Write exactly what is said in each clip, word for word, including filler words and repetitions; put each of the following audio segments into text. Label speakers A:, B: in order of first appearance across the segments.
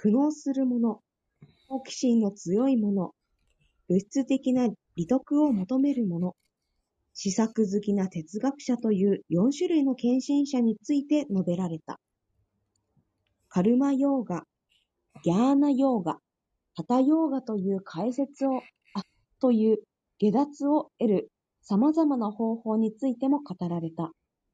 A: 苦悩する者、好奇心の強い者、物質的な利得を求める者、思索好きな哲学者というよん種類の献身者について述べられた。カルマヨーガ、ギャーナヨーガ、ハタヨーガという解説を、あ、という下脱を得る様々な方法についても語られた。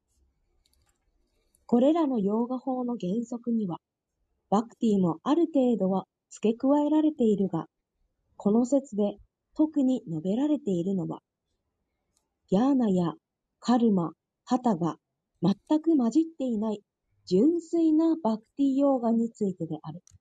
A: これらのヨーガ法の原則には、バクティもある程度は付け加えられているが、この説で特に述べられているのは、ギャーナやカルマ、ハタが全く混じっていない純粋なバクティヨーガについてである。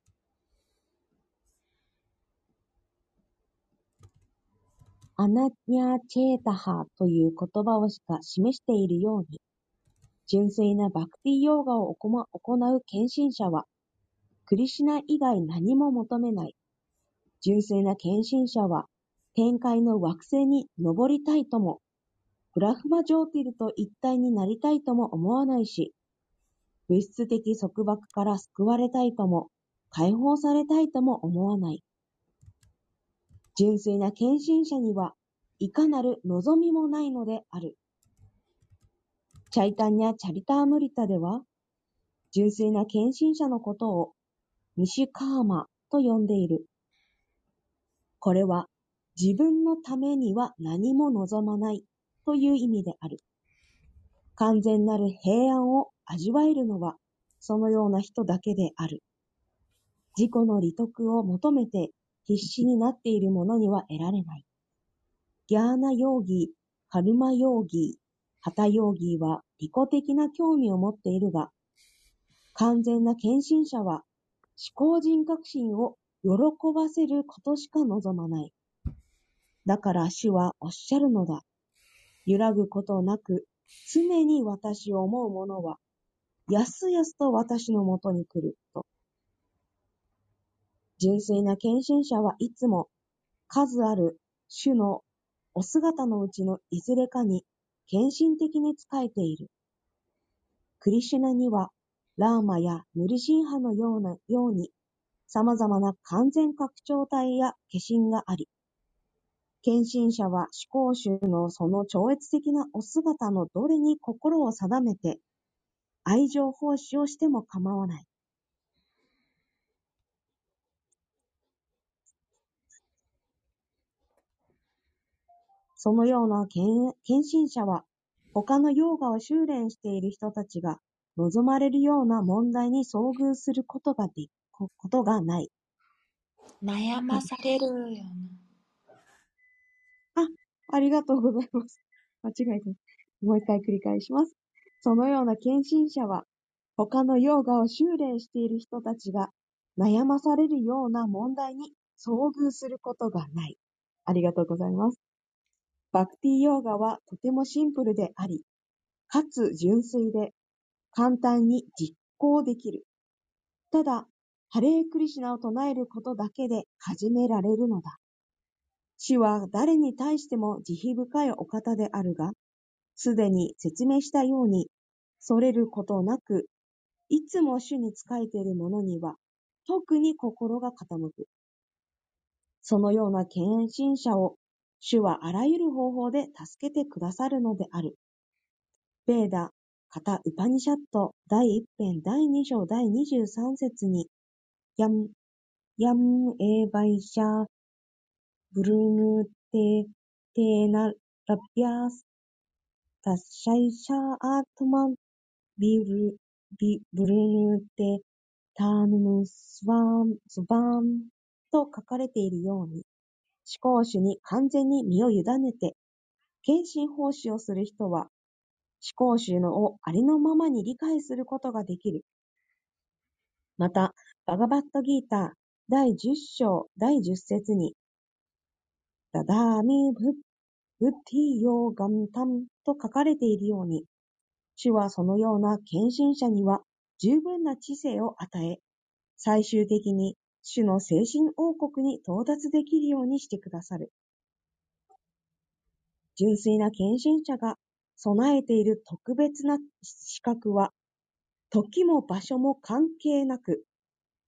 A: アナニャチェータハという言葉をしか示しているように、純粋なバクティヨーガを行う献身者は、クリシュナ以外何も求めない。純粋な献身者は、天界の惑星に登りたいとも、ブラフマジョーティルと一体になりたいとも思わないし、物質的束縛から救われたいとも、解放されたいとも思わない。純粋な献身者には、いかなる望みもないのである。チャイタニャ・チャリタームリタでは、純粋な献身者のことを、ニシュカーマと呼んでいる。これは、自分のためには何も望まないという意味である。完全なる平安を味わえるのは、そのような人だけである。自己の利得を求めて必死になっている者には得られない。ギャーナヨーギー、カルマヨーギー、ハタヨーギーは利己的な興味を持っているが、完全な献身者は思考人格心を喜ばせることしか望まない。だから主はおっしゃるのだ。揺らぐことなく、常に私を思う者は、やすやすと私のもとに来ると。純粋な献身者はいつも、数ある主のお姿のうちのいずれかに献身的に仕えている。クリシュナには、ラーマやヌリシンハのようなように、様々な完全拡張体や化身があり、献身者は思考主のその超越的なお姿のどれに心を定めて、愛情奉仕をしても構わない。そのような献身者は、他のヨーガを修練している人たちが望まれるような問題に遭遇することがで、ことがない。
B: 悩まされるよな。
A: あ、ありがとうございます。間違えた。もう一回繰り返します。そのような献身者は、他のヨーガを修練している人たちが悩まされるような問題に遭遇することがない。ありがとうございます。バクティヨーガはとてもシンプルであり、かつ純粋で簡単に実行できる。ただ、ハレークリシュナを唱えることだけで始められるのだ。主は誰に対しても慈悲深いお方であるが、すでに説明したように、それることなく、いつも主に仕えている者には、特に心が傾く。そのような献身者を、主はあらゆる方法で助けてくださるのである。ベーダ、カタウパニシャット第一編第二章第二十三節に、ヤム、ヤムエーバイシャー、ブルーヌテ、テーナラビアス、タッシャイシャーアートマン、ビル、ビ、ブルーヌテ、ターヌムスワーム、スバームと書かれているように、思考主に完全に身を委ねて、献身奉仕をする人は、思考主のをありのままに理解することができる。また、バガバットギーター第十章第十節に、ダダーミブブッティヨーガムタムと書かれているように、主はそのような献身者には十分な知性を与え、最終的に主の精神王国に到達できるようにしてくださる。純粋な献身者が備えている特別な資格は、時も場所も関係なく、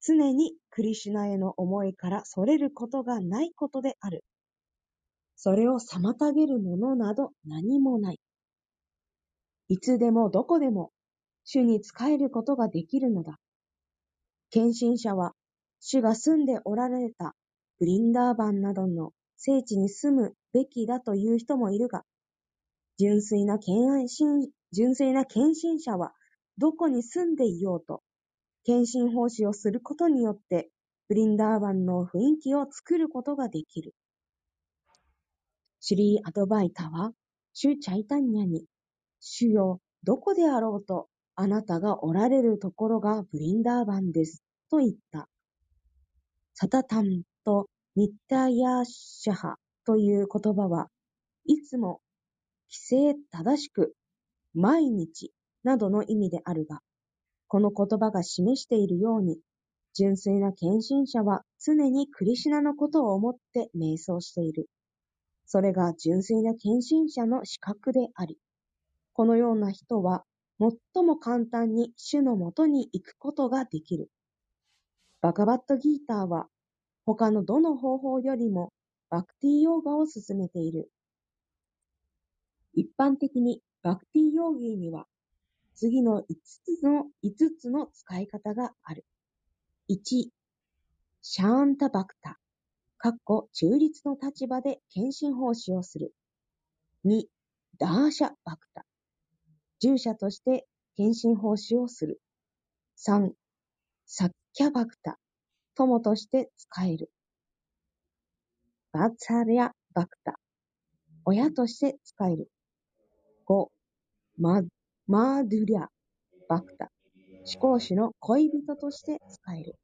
A: 常にクリシュナへの思いからそれることがないことである。それを妨げるものなど何もない。いつでもどこでも主に仕えることができるのだ。献身者は主が住んでおられたブリンダーバンなどの聖地に住むべきだという人もいるが、純粋な献身、純粋な献身者はどこに住んでいようと、献身奉仕をすることによって、ブリンダーバンの雰囲気を作ることができる。シュリー・アドバイタは、主チャイタンニャに、主よ、どこであろうと、あなたがおられるところがブリンダーバンです、と言った。サタタンとニッタヤシャハという言葉はいつも規制正しく毎日などの意味であるが、この言葉が示しているように、純粋な献身者は常にクリシュナのことを思って瞑想している。それが純粋な献身者の資格であり、このような人は最も簡単に主のもとに行くことができる。バガバットギーターは他のどの方法よりもバクティヨーガを進めている。一般的にバクティヨーギーには次の5つの、5つの使い方がある。いち、シャーンタバクタ、かっこ中立の立場で献身奉仕をする。に、ダーシャバクタ、従者として献身奉仕をする。さん、サッキャバクタ、友として使える。バッツァリャバクタ、親として使える。ご、マ、マードゥリャバクタ、思考主の恋人として使える。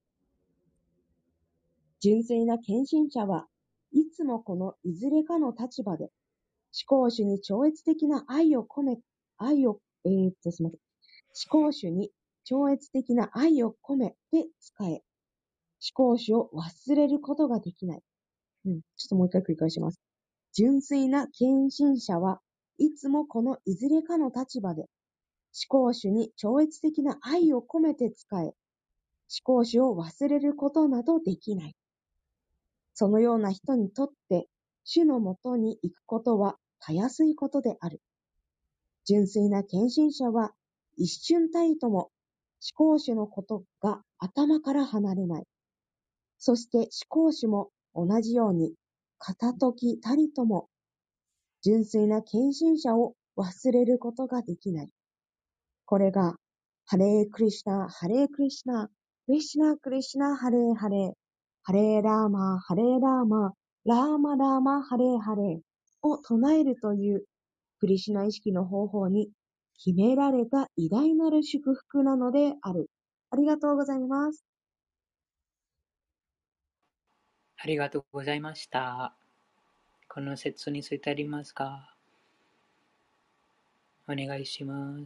A: 純粋な献身者はいつもこのいずれかの立場で思考主に超越的な愛を込め、愛を、えー、っと、すみません。思考主に超越的な愛を込めて使え、思考主を忘れることができない。うん、ちょっともう一回繰り返します。純粋な献身者はいつもこのいずれかの立場で思考主に超越的な愛を込めて使え、思考主を忘れることなどできない。そのような人にとって、主のもとに行くことはたやすいことである。純粋な献身者は一瞬たりとも思考主のことが頭から離れない。そして思考主も同じように片時たりとも純粋な献身者を忘れることができない。これがハレークリシュナ、ハレークリシュナ、クリシュナクリシュナ、ハレーハレー、ハレーラーマ、ハレーラーマ、ラーマラーマ、ハレーハレーを唱えるというクリシュナ意識の方法に決められた偉大なる祝福なのである。ありがとうございます。
B: ありがとうございました。この説についてありますか？お願いします。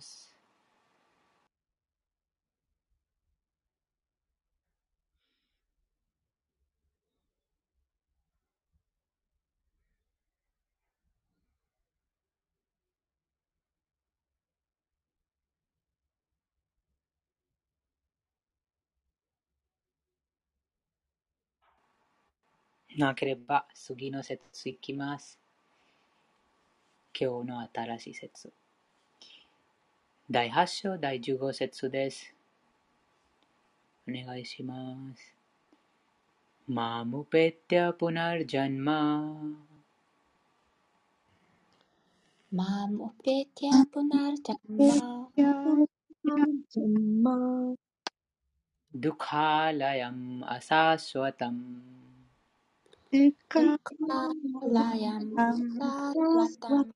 B: なければ次の説いきます。今日の新しい説。だいはち章だいじゅうご節です。お願いします。マムペティアプナルジャンマ
C: マムペティアプナルジャンマ
B: ドゥカーラヤムアサスワタム
C: ドゥカラヤムサワタム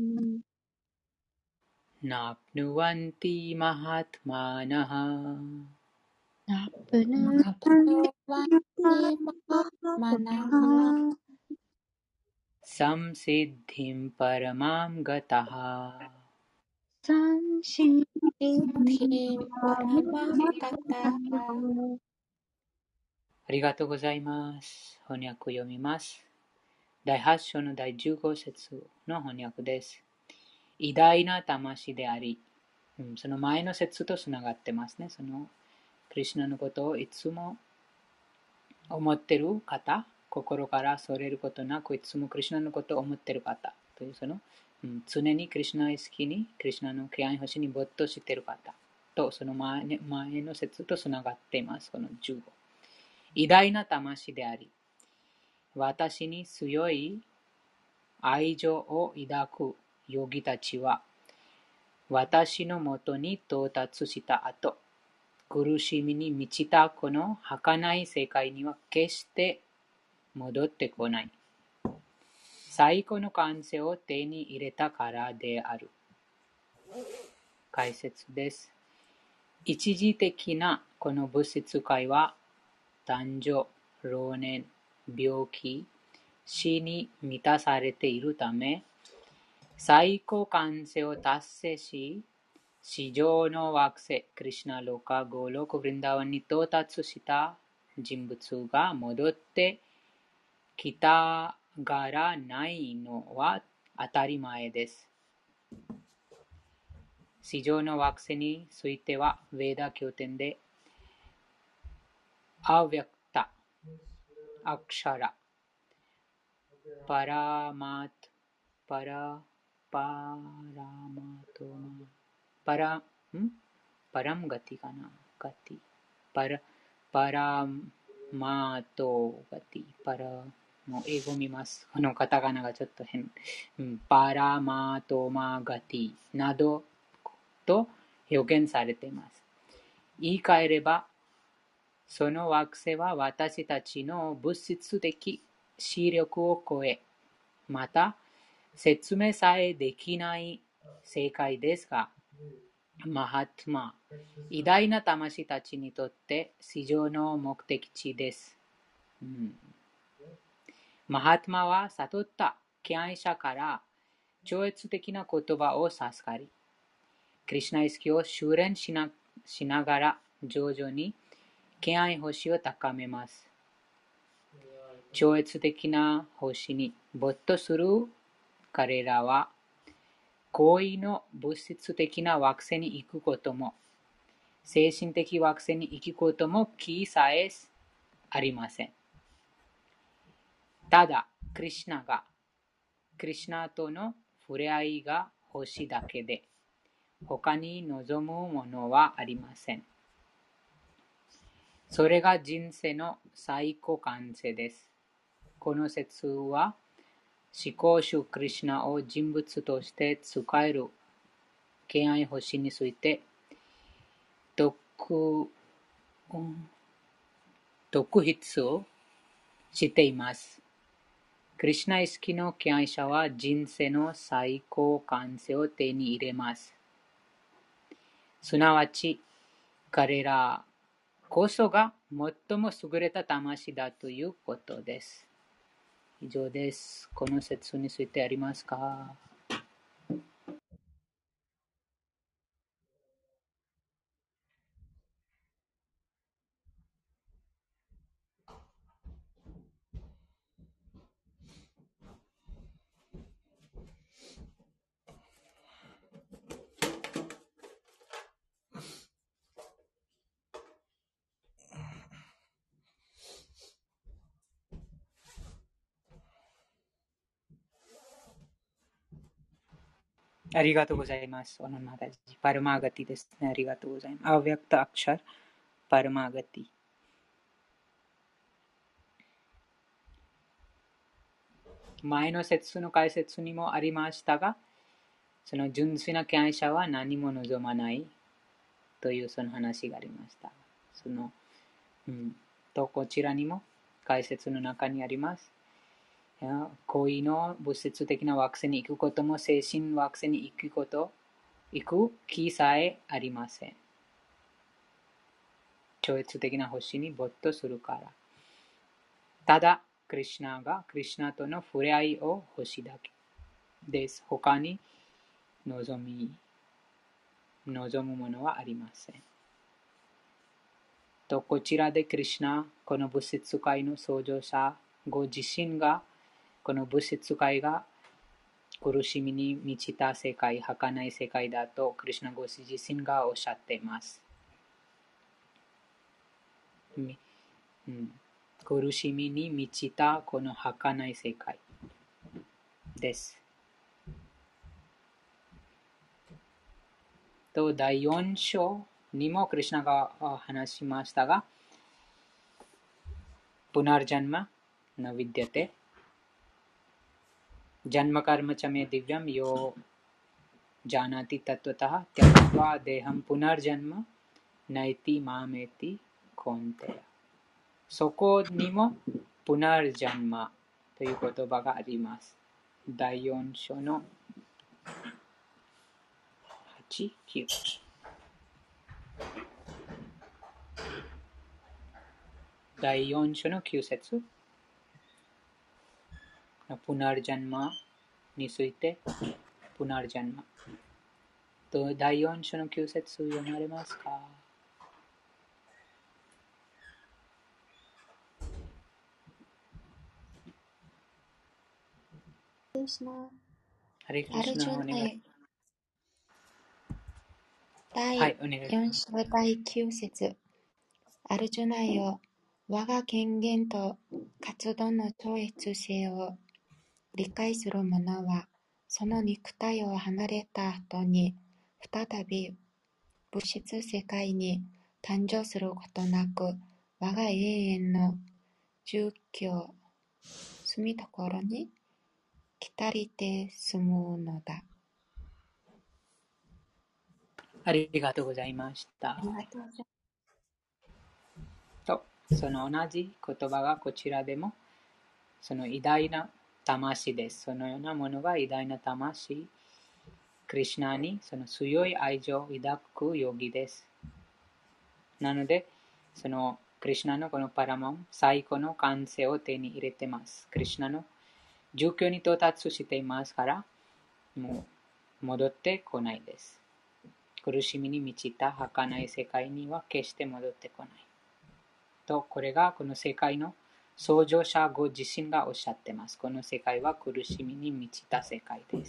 B: ナプヌワンティマハトマナハ
D: ナプヌ
C: ナプノワンティマハマナハ
B: サムシッディンパラマムガタハ。
D: サンシ
C: シッティパラマガタハ。
B: ありがとうございます。翻訳を読みます。だいはち章のだいじゅうご節の翻訳です。偉大な魂であり、うん、その前の節とつながってますね。そのクリシュナのことをいつも思っている方、心からそれることなくいつもクリシュナのことを思っている方というその、うん、常にクリシュナ意識に、クリシュナの気合星に没頭している方とその前前の説とつながっています。このじゅうご。偉大な魂であり、私に強い愛情を抱くヨギたちは、私のもとに到達した後、苦しみに満ちたこの儚い世界には決して戻ってこない。最高の感性を手に入れたからである。解説です。一時的なこの物質界は、誕生、老年、病気、死に満たされているため、最高感性を達成し、地上の惑星、クリシュナローカ、ゴーロク、ヴリンダワンに到達した人物が戻ってきたがらないのは当たり前です。地上の惑星については、ヴェーダ経典で、アヴィャクタ、アクシャラ、パラマート、パラ、パラマトマ、パラ、んパラムガティかなガティ。パラ、パラマートガティ。パラ、もう英語見ます。このカタカナがちょっと変。うん、パラマートマガティなどと表現されています。言い換えれば、その惑星は私たちの物質的視力を超え、また説明さえできない世界ですが、マハトマ、偉大な魂たちにとって地上の目的地です。うん、マハトマは悟った気配者から超越的な言葉を授かり、クリシュナ意識を修練し な, しながら徐々に気配星を高めます。超越的な星に没頭する彼らは、行為の物質的な惑星に行くことも、精神的惑星に行くことも気さえありません。ただ、クリシュナが、クリシュナとの触れ合いが欲しいだけで、他に望むものはありません。それが人生の最高感性です。この説は、思考主クリシュナを人物として使える敬愛星について特、特筆をしています。クリシュナ意識の敬愛者は人生の最高感性を手に入れます。すなわち、彼らこそが最も優れた魂だということです。以上です。この説についてありますか？ありがとうございます。オナマダジ。パルマーガティですね。ありがとうございます。アヴィャクタアクシャル、パルマーガティ。前の説の解説にもありましたが、その純粋な敬愛者は何も望まないというその話がありました。その、うん、とこちらにも解説の中にあります。行為の物質的な惑星に行くことも精神惑星に行くこと、行く気さえありません。超越的な星に没頭するから。ただ、クリシュナがクリシュナとの触れ合いを欲しいだけです。他に望み、望むものはありません。と、こちらでクリシュナ、この物質界の創造者、ご自身が、この物質界が苦しみに満ちた世界、儚い世界だと、クリシュナご自身がおっしゃっています。 うん、苦しみに満ちたこの儚い世界です。と、だいよん章にもクリシュナが話しましたが、プナルジャンマナビディアテ、ジャンマカルマチャメディヴィャムヨジャナティタトタハ、テャクワデハンプナルジャンマナイティマーメティコンテヤ。そこにもプナルジャンマという言葉があります。だいよん章のはち、きゅう。だいよん章のきゅう節。プナルジャンマについて、プナルジャンマ。と、だいよん章のきゅう節読まれますか？ハレクリシュナ、お願い。はい、お願いし
C: よん
B: ます。
C: 章だいきゅう節。アルジュナよ、我が権限と活動の超越性を理解する者は、その肉体を離れた後に、再び物質世界に誕生することなく、我が永遠の住居、住みどころに来りて住むのだ。
B: ありがとうございました。
C: ありがとうございます。
B: と、その同じ言葉がこちらでも、その偉大な魂です。そのようなものが偉大な魂、クリシュナにその強い愛情を抱くヨギです。なので、そのクリシュナのこのパラマン、最高の完成を手に入れています。クリシュナの住居に到達していますから、もう戻ってこないです。苦しみに満ちた儚い世界には決して戻ってこない。と、これがこの世界の創造者ご自身がおっしゃっています。この世界は苦しみに満ちた世界です。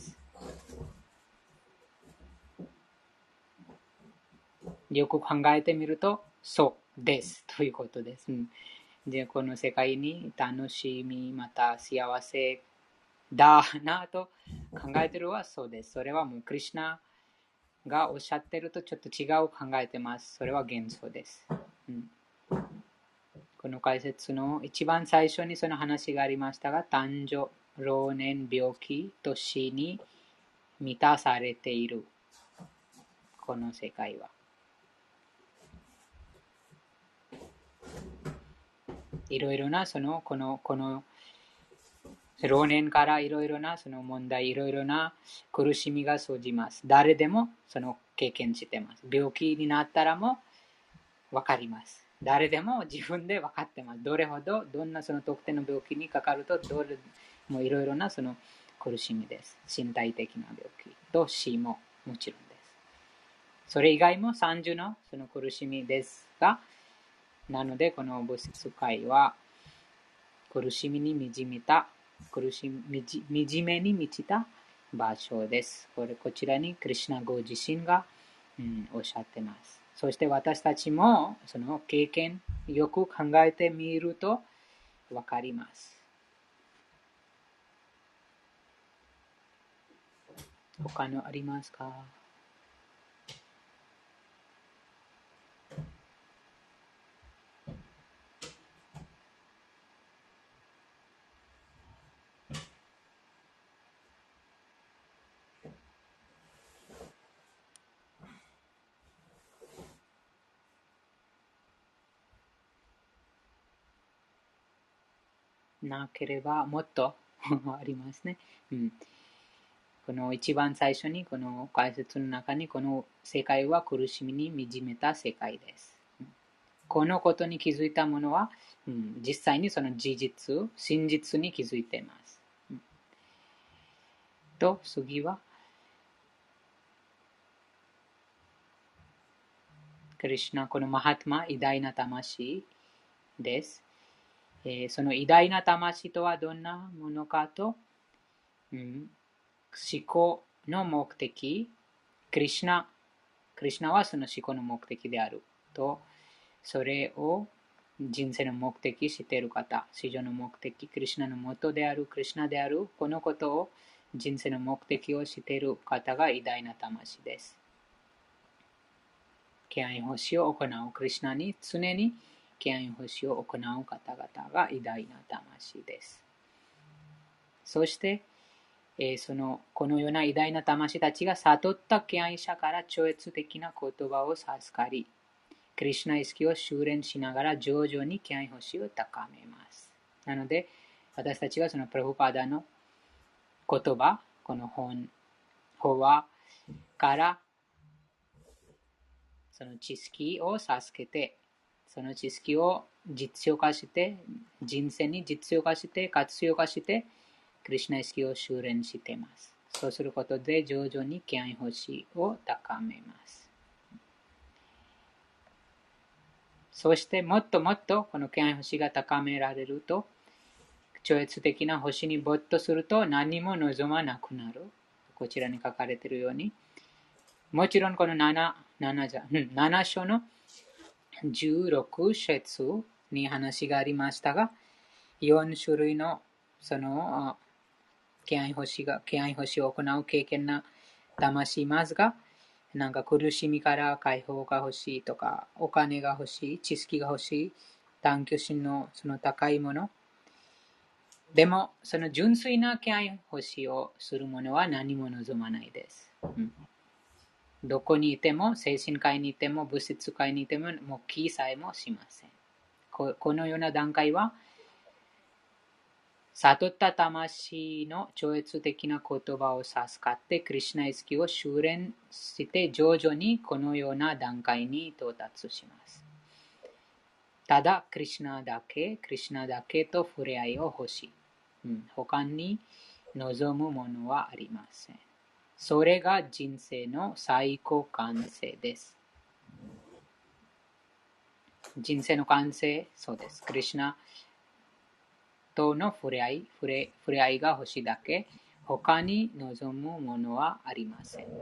B: よく考えてみると、そうですということです。うん、で、この世界に楽しみ、また幸せだなと考えているのはそうです。それはもうクリシュナがおっしゃっているとちょっと違う考えてます。それは幻想です。うん、この解説の一番最初にその話がありましたが、誕生、老年、病気と死に満たされているこの世界は。いろいろなそのこのこの老年からいろいろなその問題、いろいろな苦しみが生じます。誰でもその経験しています。病気になったらも分かります。誰でも自分で分かってます。どれほど、どんなその特定の病気にかかると、どれもいろいろなその苦しみです。身体的な病気と死ももちろんです。それ以外もさんじゅうのその苦しみですが、なのでこの物質界は苦しみに満ちた苦しみ惨めに満ちた場所です。これこちらにクリシュナご自身が、うん、おっしゃっています。そして私たちもその経験よく考えてみるとわかります。他のありますか？なければもっとありますね。うん、この一番最初にこの解説の中にこの世界は苦しみに満ちめた世界です。このことに気づいた者は、うん、実際にその事実、真実に気づいています。うん、と、次は、クリシュナ、このマハトマ、偉大な魂です。えー、その偉大な魂とはどんなものかと、うん、思考の目的、クリシュナ、クリシュナはその思考の目的であると、それを人生の目的知っている方、至上の目的、クリシュナの元である、クリシュナである、このことを、人生の目的を知っている方が偉大な魂です。敬愛奉仕を行う、クリシュナに常に敬愛奉仕を行う方々が偉大な魂です。そして、えー、そのこのような偉大な魂たちが悟った敬愛者から超越的な言葉を授かり、クリシュナ意識を修練しながら徐々に敬愛奉仕を高めます。なので、私たちはそのプラブパダの言葉、この本、法話からその知識を授けて、その知識を実用化して、人生に実用化して、活用化して、クリシュナ意識を修練しています。そうすることで徐々に敬愛奉仕を高めます。そしてもっともっとこの敬愛星が高められると、超越的な星に没頭すると何も望まなくなる。こちらに書かれているように、もちろんこの 7, 7, じゃ7章のじゅうろく節に話がありましたが、よん種類のその敬愛星が敬愛星を行う経験な魂いますが、なんか苦しみから解放が欲しいとか、お金が欲しい、知識が欲しい、探求心のその高いもの。でも、その純粋な敬愛欲しいをする者は何も望まないです。うん、どこにいても、精神界にいても、物質界にいても、もう気さえもしません。こ, このような段階は、悟った魂の超越的な言葉を授かって、クリシュナ意識を修練して、徐々にこのような段階に到達します。ただ、クリシュナだけ、クリシュナだけと触れ合いを欲しい。うん、他に望むものはありません。それが人生の最高完成です。人生の完成、そうです。クリシュナとの触れ合い、触れ、触れ合いが欲しいだけ、他に望むものはありません。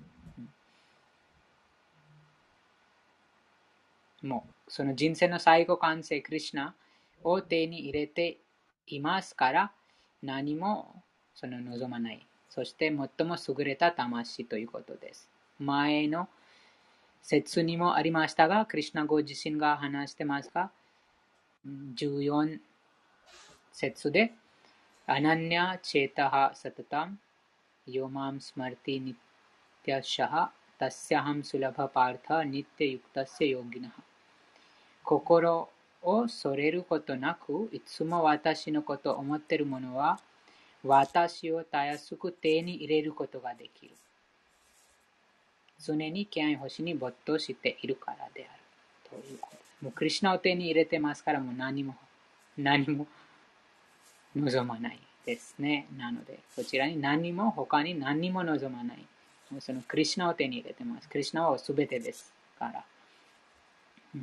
B: もう、その人生の最後完成、クリシュナを手に入れていますから、何もその望まない。そして最も優れた魂ということです。前の説にもありましたが、クリシュナご自身が話してますが、じゅうよん節で、アナニャチェタハサタタムヨマムスマルティニティアシャハタスヤハムスラバパータニテユクタセヨギナハ。心をそれることなく、いつも私のことを思っている者は、私をたやすく手に入れることができる。常に敬愛星に没頭しているからである。ということです。もうクリシュナを手に入れてますから、もう何も、何も望まないですね。なので、こちらに何も、他に何も望まない。もうそのクリシュナを手に入れてます。クリシュナはすべてですから。うん、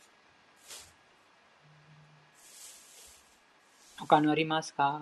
B: 他にありますか？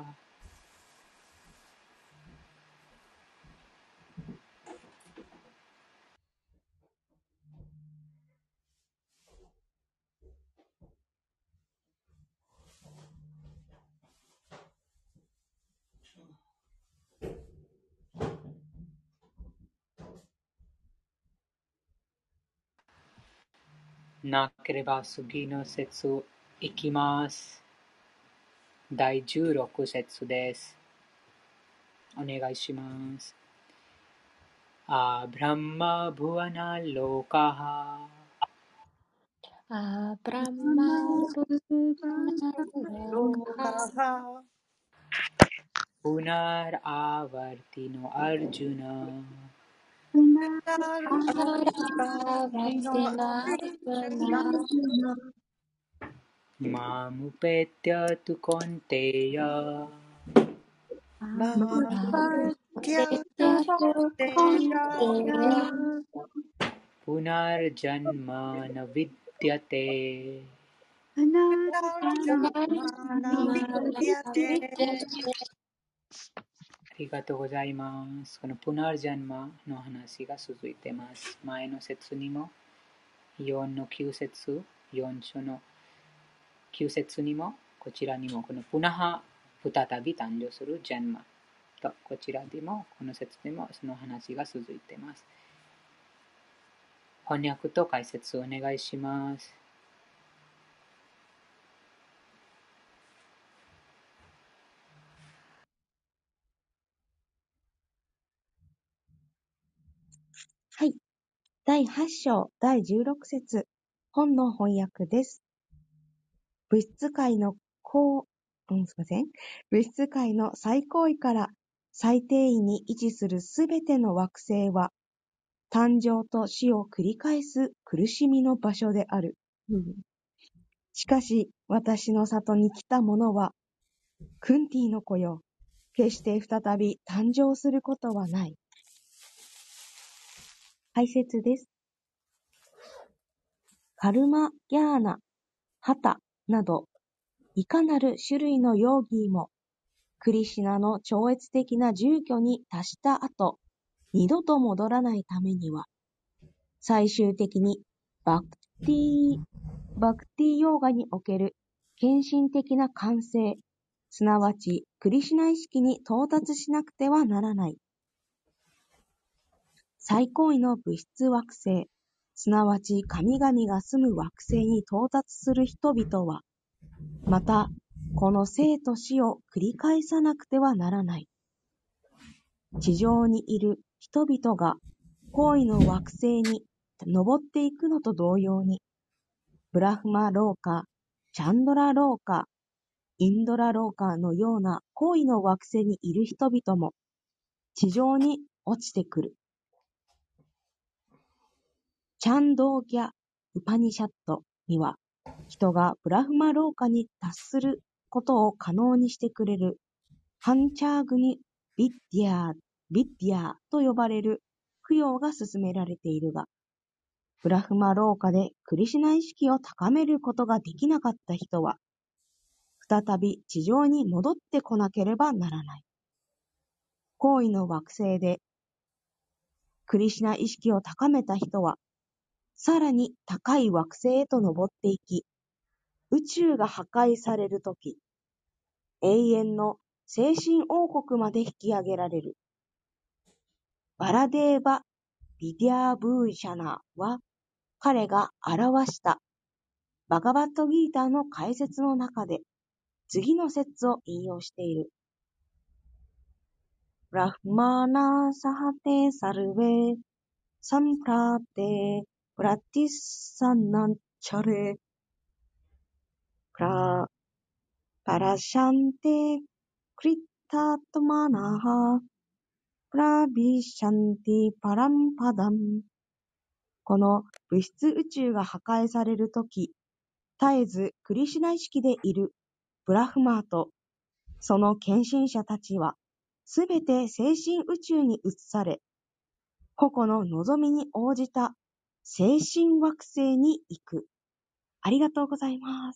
B: なければ次の節いきます。だいじゅうろく節です。お願いします。あブランマブワナロカハ
C: アブラマブナロカ
B: プナーアワルティノアルジュナ
C: アワティナアルジュナ
B: マムペティアトゥコンテヤ
C: テテトコンテヤ
B: プナージャンマナビディアテ
C: アナルマナビテ
B: ありがとうございます。このプナージャンマの話が続いています。前の節にもよんのきゅう節、よん章のきゅう節にも、こちらにも、このプナハ、再び誕生するジャンマと、こちらでも、この節でもその話が続いています。翻訳と解説をお願いします。
A: はい。だいはち章だいじゅうろく節、本の翻訳です。物質界の高、うん、すいません。物質界の最高位から最低位に位置するすべての惑星は、誕生と死を繰り返す苦しみの場所である。うん、しかし、私の里に来た者は、クンティの子よ。決して再び誕生することはない。解説です。カルマ、ギャーナ、ハタなど、いかなる種類のヨーギーも、クリシュナの超越的な住居に達した後、二度と戻らないためには、最終的にバクティ、バクティヨーガにおける献身的な完成、すなわちクリシュナ意識に到達しなくてはならない。最高位の物質惑星、すなわち神々が住む惑星に到達する人々は、また、この生と死を繰り返さなくてはならない。地上にいる人々が高位の惑星に登っていくのと同様に、ブラフマローカ、チャンドラローカ、インドラローカのような高位の惑星にいる人々も地上に落ちてくる。チャンドーギャ・ウパニシャットには、人がブラフマローカに達することを可能にしてくれるハンチャーグニ・ビッディア、ビッディアと呼ばれる供養が進められているが、ブラフマローカでクリシュナ意識を高めることができなかった人は、再び地上に戻ってこなければならない。高位の惑星でクリシュナ意識を高めた人は、さらに高い惑星へと登っていき、宇宙が破壊されるとき、永遠の精神王国まで引き上げられる。バラデーバ・ビディア・ブーシャナは、彼が表したバガバットギーターの解説の中で、次の説を引用している。ラフマーナ・サハテ・サルベ・サンプラテ・プラティッサナンチャレ・プラ・パラシャンテ・クリッタトマナハ・プラビシャンティ・パランパダン。この物質宇宙が破壊されるとき、絶えずクリシュナ意識でいるブラフマーとその献身者たちはすべて精神宇宙に移され、個々の望みに応じた精神惑星に行く。ありがとうございます。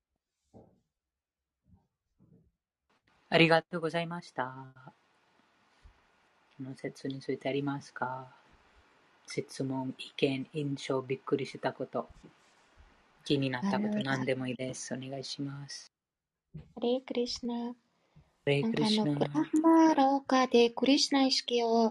B: ありがとうございました。この説についてありますか？質問、意見、印象、びっくりしたこと、気になったこと、何でもいいです。お願いします。
C: ハレークリシュナ。
B: ハレー
C: なんかあの、
B: クリシュナ。
C: ブラフマーローカでクリシュナ意識を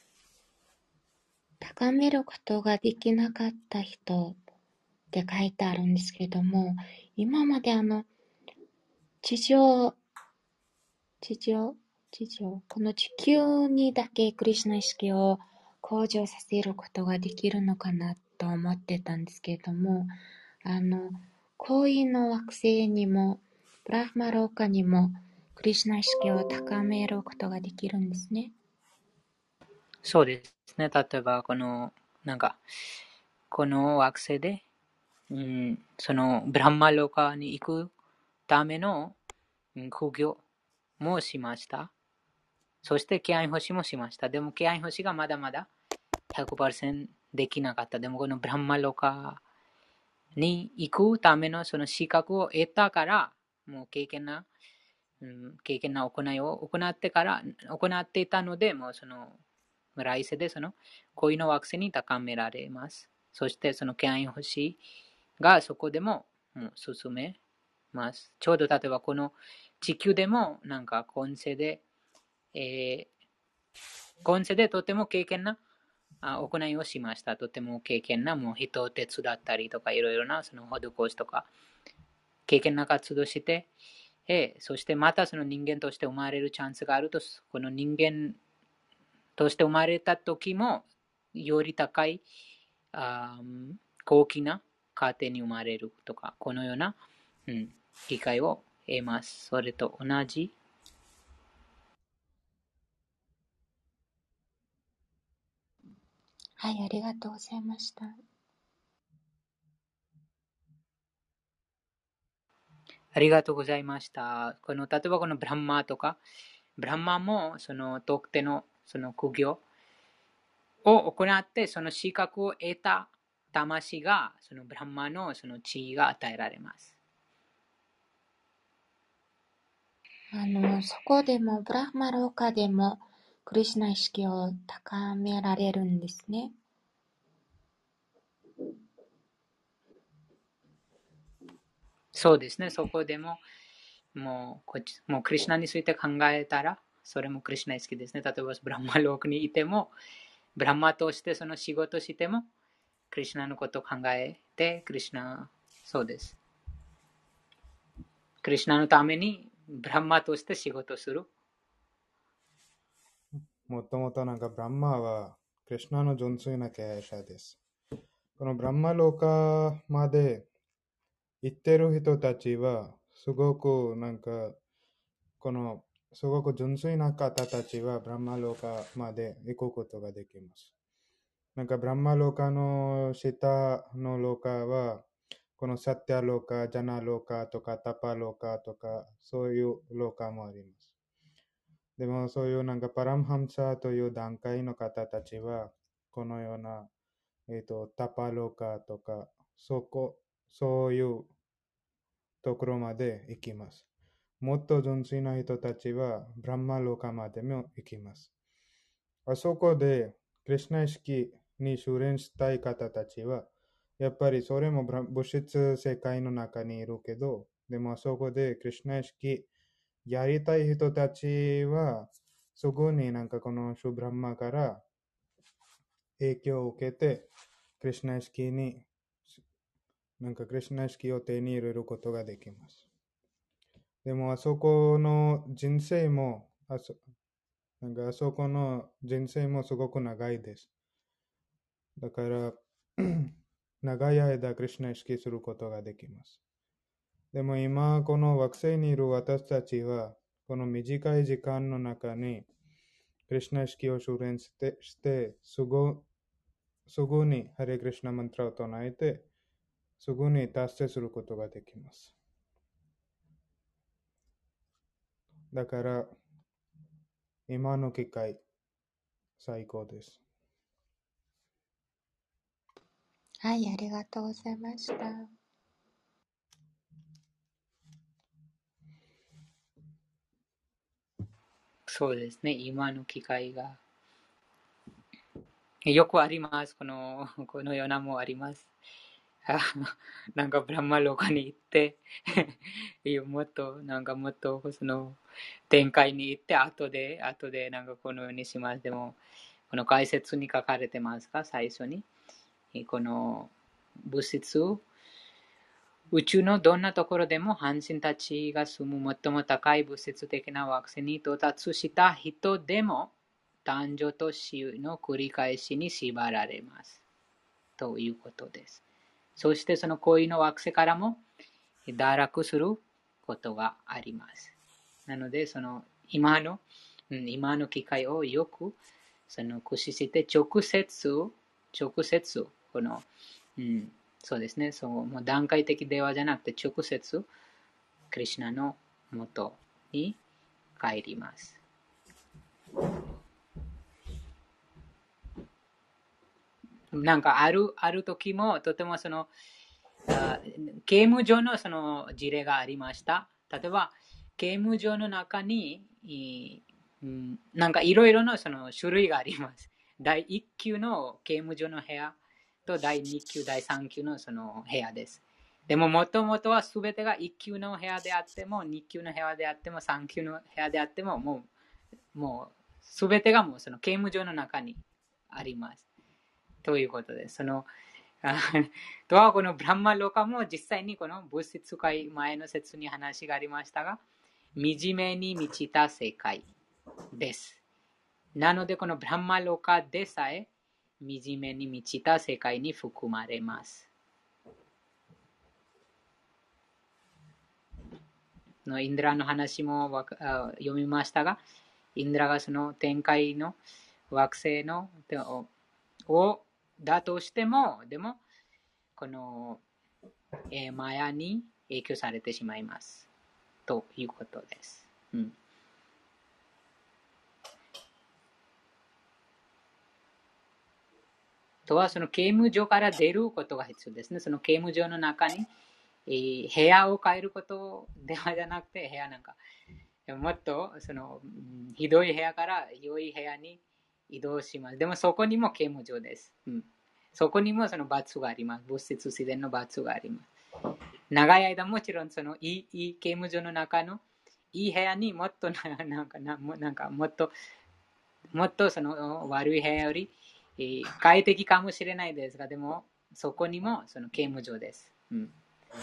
C: 高めることができなかった人って書いてあるんですけども、今まであの、地上、地上、地上、この地球にだけクリシュナ意識を向上させることができるのかなと思ってたんですけども、あの、高位の惑星にも、ブラフマローカにも、クリシュナ意識を高めることができるんですね。
B: そうですね。例えば、この、なんか、この惑星で、うん、その、ブランマローカに行くための、うん、苦行もしました。そして、気合星もしました。でも、気合星がまだまだ ひゃくパーセント できなかった。でも、このブランマローカに行くためのその資格を得たから、もう経験な、うん、経験な行いを行ってから、行っていたので、もうその、来世でその恋の惑星に高められます。そしてその気合星がそこでももう進めます。ちょうど例えばこの地球でもなんか今世で、えー、今世でとても経験な行いをしました。とても経験なもう人を手伝ったりとかいろいろなその施しとか経験な活動して、えー、そしてまたその人間として生まれるチャンスがあると、この人間として生まれた時もより高いあ高貴な家庭に生まれるとか、このような、うん、機会を得ます。それと同じ。
C: はい、ありがとうございました。
B: ありがとうございました。この例えばこのブランマとか、ブランマもその特定のその苦行を行って、その資格を得た魂が、そのブランマのその地位が与えられます。
C: あの、そこでも、ブラフマローカでも、クリシュナ意識を高められるんですね。
B: そうですね、そこでも、もうこっちもうクリシュナについて考えたら、それもクリシュナ意識ですね。例えばブランマロークにいても、ブランマとしてその仕事しても、クリシュナのことを考えて、クリシュナ、そうです。クリシュナのためにブランマとして仕事する。
E: もともとなんかブランマはクリシュナの純粋な経営者です。このブランマローカまで行ってる人たちはすごくなんかこのすごく純粋な方たちはブランマローカまで行くことができます。なんかブランマローカの下のローカはこのサティアローカ、ジャナローカとかタパローカとかそういうローカもあります。でもそういうなんかパラムハンサという段階の方たちはこのような、えーと、タパローカとかそこそういうところまで行きます。もっと純粋な人たちはブランマローカまでも行きます。あそこでクリシュナ意識に修練したい方たちはやっぱりそれも物質世界の中にいるけど、でもあそこでクリシュナ意識やりたい人たちはすぐになんかこのシュブランマから影響を受けてクリシュナ意識になんかクリシュナ意識を手に入れることができます。でもあそこの人生もあそなんかあそこの人生もすごく長いです。だから長い間クリシュナ意識することができます。でも今この惑星にいる私たちはこの短い時間の中にクリシュナ意識を修練してしてすぐすぐにハレクリシュナマントラを唱えてすぐに達成することができます。だから今の機会最高です。
C: はい、ありがとうございました。
B: そうですね、今の機会がよくあります。この、このようなもあります。なんかブランマローカに行ってもっとなんかもっとその展開に行って後で後でなんかこのようにします。でもこの解説に書かれてますか、最初にこの物質宇宙のどんなところでも半身たちが住む最も高い物質的な惑星に到達した人でも誕生と死の繰り返しに縛られますということです。そしてその恋の惑星からも堕落することがあります。なのでその今の、うん、今の機会をよくその駆使して直接直接この、うん、そうですね、そうもう段階的ではじゃなくて直接クリシュナのもとに帰ります。なんかあるある時もとてもその刑務所のその事例がありました。例えば刑務所の中になんかいろいろなその種類があります。だいいっ級の刑務所の部屋とだいに級、だいさん級のその部屋です。 でももともとはすべてがいっ級の部屋であっても、に級の部屋であっても、さん級の部屋であっても、もう、もうすべてがもうその刑務所の中にあります。ということです。そのとはこのブランマロカも実際にこの物質界、前の説に話がありましたが、惨めに満ちた世界です。なのでこのブランマロカでさえ惨めに満ちた世界に含まれます。のインドラの話も読みましたが、インドラがその天界の惑星のをだとしても、でもこの、えー、マヤに影響されてしまいますということです。うん、とはその刑務所から出ることが必要ですね。その刑務所の中に、えー、部屋を変えることではじゃなくて、部屋なんかもっとそのひどい部屋から良い部屋に移動します。でもそこにも刑務所です。うん、そこにもその罰があります。物質自然の罰があります。長い間もちろんそのいい、いい刑務所の中のいい部屋にもっとなんかなんかもっともっとその悪い部屋より快適かもしれないですが、でもそこにもその刑務所です。うん、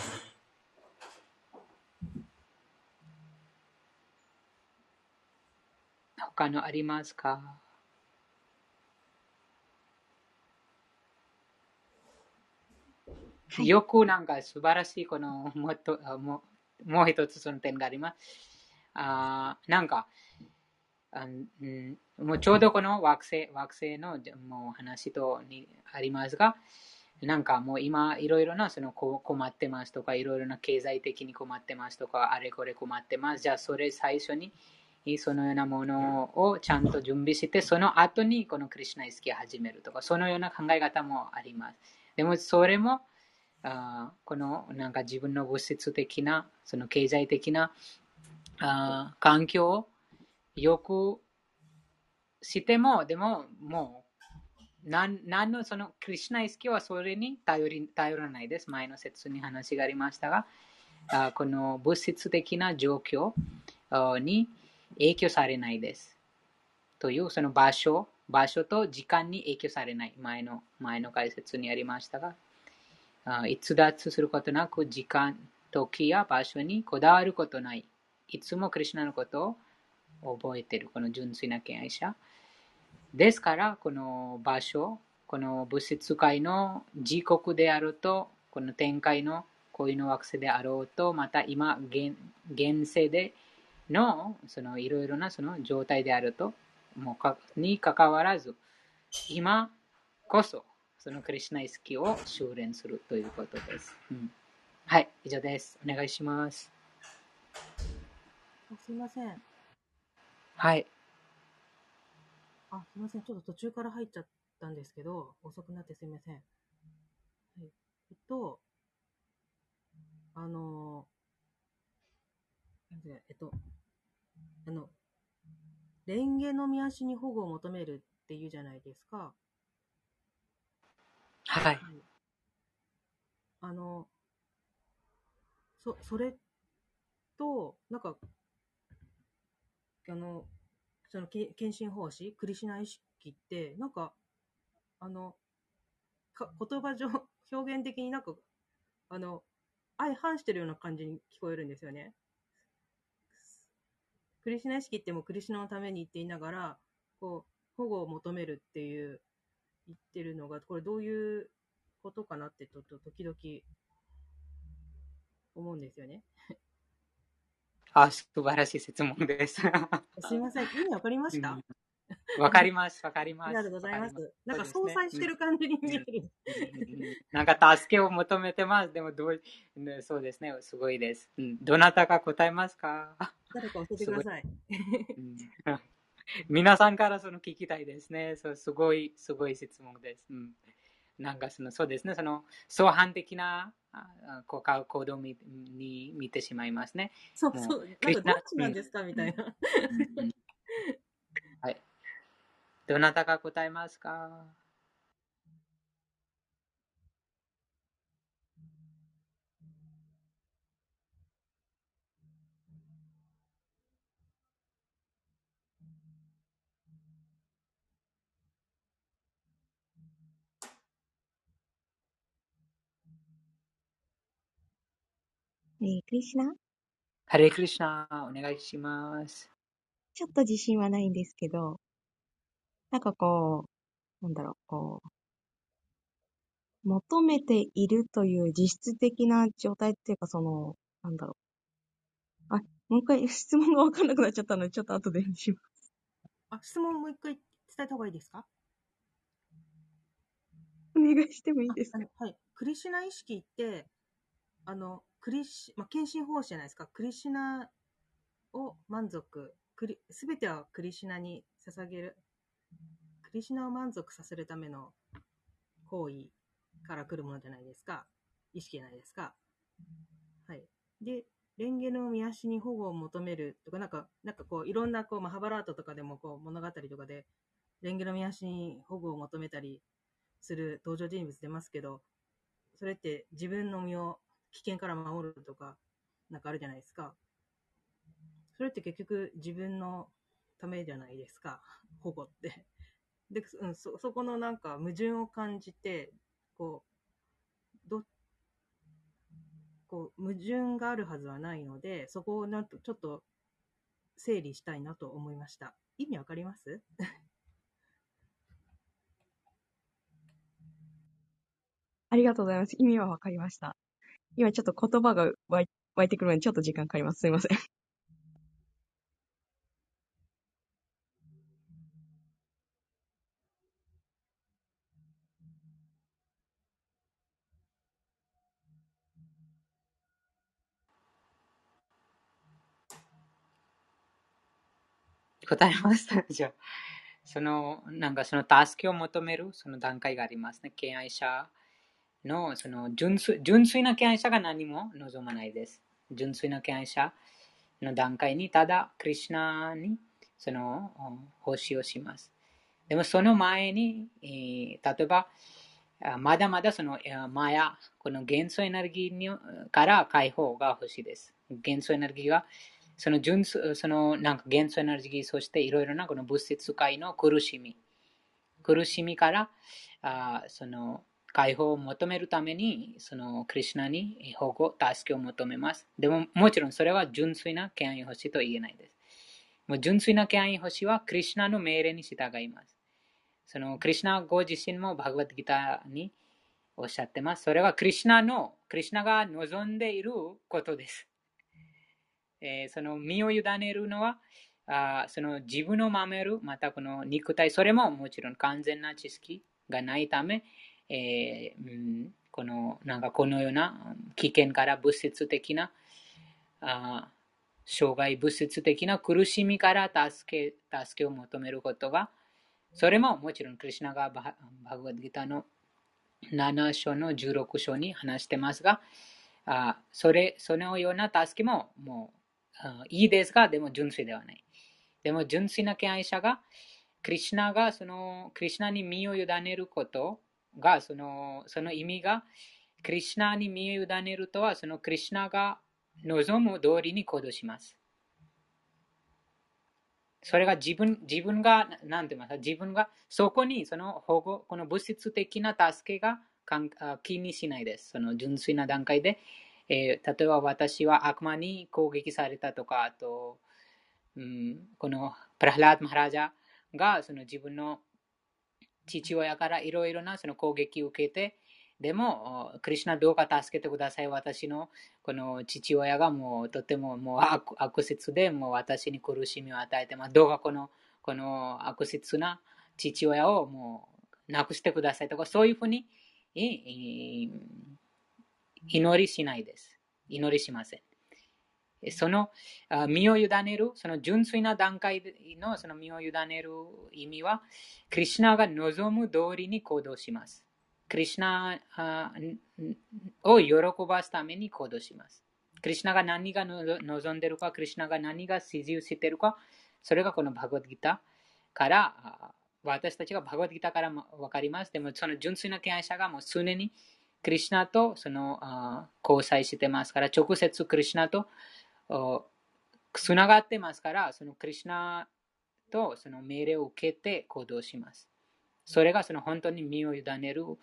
B: 他のありますか？
A: はい。
B: よくなんか素晴らしいこのもっともうもう一つその点があります。あなんかあ、うん、もうちょうどこの惑星惑星のもう話とにありますが、なんかもう今いろいろなその困ってますとか、いろいろな経済的に困ってますとか、あれこれ困ってます。じゃあそれ最初にそのようなものをちゃんと準備して、その後にこのクリシュナ意識を始めるとか、そのような考え方もあります。でもそれもあこのなんか自分の物質的なその経済的なあ環境をよくしても、でももう何何のそのクリシュナ意識はそれに頼り頼らないです。前の説に話がありましたが、あこの物質的な状況に影響されないです。というその場所、場所と時間に影響されない。前の前の解説にありましたが、逸脱することなく時間、時や場所にこだわることない。いつもクリシュナのことを覚えている、この純粋な敬愛者。ですから、この場所、この物質界の時刻であると、この天界の恋の惑星であろうと、また今、現, 現世でのそのいろいろなその状態であると、もうかにかかわらず、今こそ、そのクリシュナ意識を修練するということです。うん、はい、以上です。お願いします。
F: すいません。
B: はい。
F: あ、すいません。ちょっと途中から入っちゃったんですけど、遅くなってすいません。はい、えっと、あの、えっと、あの、蓮華の御足に保護を求めるっていうじゃないですか。
B: はい。
F: あの、そ、それと、なんか、あの、その、献身奉仕、クリシュナ意識って、なんか、あの、か言葉上、表現的になんか、あの、相反してるような感じに聞こえるんですよね。クリシュナ意識ってもクリシュナのためにって言いながら、こう、保護を求めるっていう、言ってるのが、これどういうことかなって、ちょっと時々思うんですよね。
B: あ、素晴らしい質問です。
F: すいません。意味わかりました？
B: わ、うん、かります、わかります。
F: ありがとうございます。ますなんか相殺してる感じに見える。
B: うん、なんか助けを求めてます。でもどう、そうですね、すごいです。うん、どなたか答えますか？
F: 誰か教えてください。
B: うん、皆さんからその聞きたいですね。そう、すごい、すごい質問です。うん、なんかその、そうですね、その相反的な行動に見てしまいますね。
F: そうそう、なんかどっちなんですか、うん、みたいな。
B: うん、はい。どなたか答えますか？
A: えー、クリシュナ、
B: ハレクリシナ、お願いします。
A: ちょっと自信はないんですけど、なんかこう、なんだろう、こう、求めているという実質的な状態っていうか、その、なんだろう。あ、もう一回質問がわかんなくなっちゃったので、ちょっと後でにします。
F: あ、質問もう一回伝えた方がいいですか？
A: お願いしてもいい
F: あ、
A: ですか？
F: あの、はい。クリシュナ意識って、あの、クリシ、まあ、献身奉仕じゃないですか。クリシュナを満足、すべてはクリシュナに捧げる、クリシュナを満足させるための行為から来るものじゃないですか。意識じゃないですか。はい。で、蓮華の御足に保護を求めるとか、なんか、なんかこう、いろんなこう、マハバラートとかでもこう、物語とかで、蓮華の御足に保護を求めたりする登場人物出ますけど、それって自分の身を危険から守るとか、なんかあるじゃないですか。それって結局自分のためじゃないですか。保護って。で、うん、そ、そこのなんか矛盾を感じて、こう、ど、こう、矛盾があるはずはないので、そこをなんとちょっと整理したいなと思いました。意味わかります？
A: ありがとうございます。意味はわかりました。今ちょっと言葉が湧い湧いてくるのにちょっと時間かかります。すいません。
B: 答えます。じゃあ、その、なんかその助けを求めるその段階がありますね。敬愛者の、その純粋、純粋な敬愛者が何も望まないです。純粋な敬愛者の段階に、ただ、クリシュナに、その、奉仕をします。でも、その前に、えー、例えば、まだまだそのマヤ、この元素エネルギーから解放が欲しいです。元素エネルギーが、その純素、そのなんか元素エネルギー、そしていろいろなこの物質界の苦しみ、苦しみから、あその解放を求めるために、そのクリシュナに保護、助けを求めます。でも、もちろんそれは純粋な敬愛欲しと言えないです。もう純粋な敬愛欲しはクリシュナの命令に従います。そのクリシュナご自身もバグワッドギターにおっしゃってます。それはクリシュナの、クリシュナが望んでいることです。えー、その身を委ねるのは、あその自分を守る、またこの肉体、それももちろん完全な知識がないため、えーうん、このなんかこのような危険から物質的な、あ障害、物質的な苦しみから助け、助けを求めることが、それももちろんクリシュナがバグワッドギターのなな章のじゅうろく章に話してますが、あそれ、そのような助けももういいですが、でも純粋ではない。でも純粋な敬愛者が、クリシュナがその、クリシュナに身を委ねることが、その、その意味が、クリシュナに身を委ねるとは、そのクリシュナが望む通りに行動します。それが自分、自分が、なんて言いますか、自分がそこにその保護、この物質的な助けが気にしないです。その純粋な段階で、えー、例えば私は悪魔に攻撃されたとか、あと、うん、このプラハラード・マハラジャがその自分の父親からいろいろなその攻撃を受けて、でも、クリシュナどうか助けてください。私のこの父親がもうとてももう 悪, 悪説でもう私に苦しみを与えて、まあ、どうかこのこの悪説な父親をもうなくしてくださいとか、そういうふうに祈りしないです。祈りしません。その身を委ねる、その純粋な段階のその身を委ねる意味は、クリシュナが望む通りに行動します。クリシュナを喜ばすために行動します。クリシュナが何が望んでいるか、クリシュナが何が指示しているか、それがこのバグワッドギターから、私たちがバグワッドギターからも分かります。でもその純粋な敬愛者がもう常にクリシュナとその交際してますから、直接クリシュナとつながってますから、そのクリシュナとその命令を受けて行動します。それがその本当に身を委ねる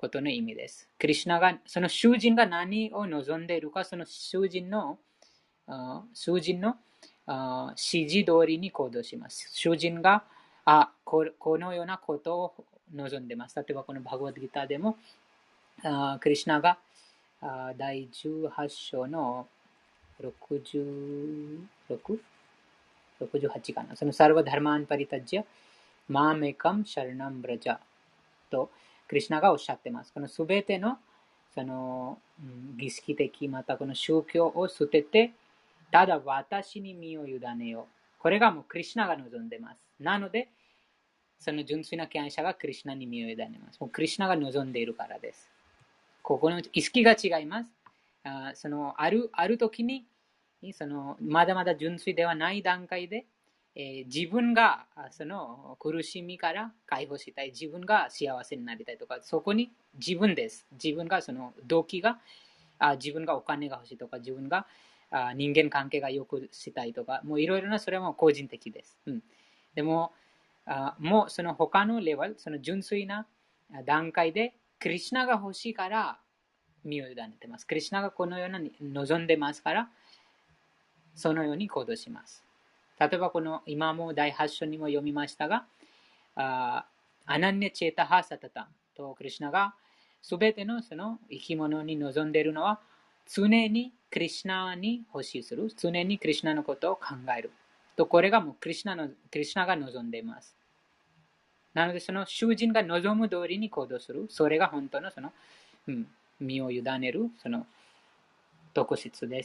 B: ことの意味です。クリシュナが、その囚人が何を望んでいるか、その囚人の、囚人の指示通りに行動します。囚人が、あ、このようなことを望んでいます。例えばこのバガバッドギターでも、クリシュナがだいじゅうはち章のろくじゅうろく、ろくじゅうはちかな。そのサルバダルマンパリタジャ、マーメカムシャルナムブラジャと、クリシュナがおっしゃっています。このすべての、その、儀式的、またこの宗教を捨てて、ただ私に身を委ねよう。これがもうクリシュナが望んでいます。なので、その純粋な敬愛者がクリシュナに身を委ねます。もうクリシュナが望んでいるからです。ここの意識が違います。あそのあるある時にそのまだまだ純粋ではない段階で、えー、自分がその苦しみから解放したい、自分が幸せになりたいとか、そこに自分です。自分がその動機が、あ自分がお金が欲しいとか、自分があ人間関係が良くしたいとか、もういろいろなそれはもう個人的です。うん、でもあもうその他のレベル、その純粋な段階でクリシュナが欲しいから身を委ねています。クリシュナがこのような望んでますから、そのように行動します。例えばこの今もだいはち章にも読みましたが、アナンニャチェタハサタタンとクリシュナがすべてのその生き物に望んでいるのは、常にクリシュナに欲しいする、常にクリシュナのことを考える。とこれがもうクリシュナのクリシュナが望んでいます。なのでその囚人が望む通りに行動する、それが本当のその、うん、身を委ねるその特質です。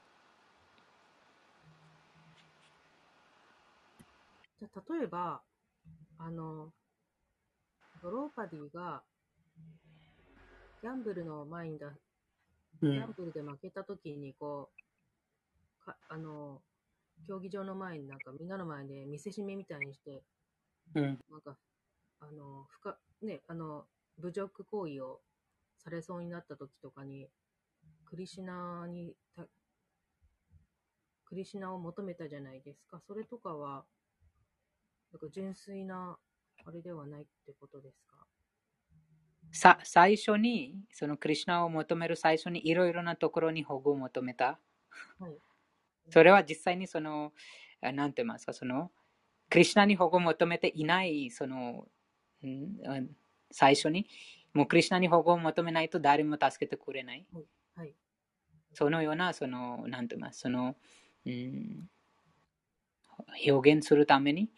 F: じゃあ例えばあのドローパディがギャンブルの前にだ、ギャンブルで負けたときにこうかあの競技場の前になんかみんなの前で見せしめみたいにして、
B: うん、
F: なんかあのふかねあの侮辱行為をされそうになったときとかにクリシュナにたクリシュナを求めたじゃないですか。それとかはなんか純粋なあれではないってことですか。
B: さ最初にそのクリシュナを求める最初にいろいろなところに保護を求めた、はい、それは実際にその何て言いますか、そのクリシュナに保護を求めていないその、うん、最初にもうクリシュナに保護を求めないと誰も助けてくれない、はいはい、そのようなその何て言いますその、うん、表現するために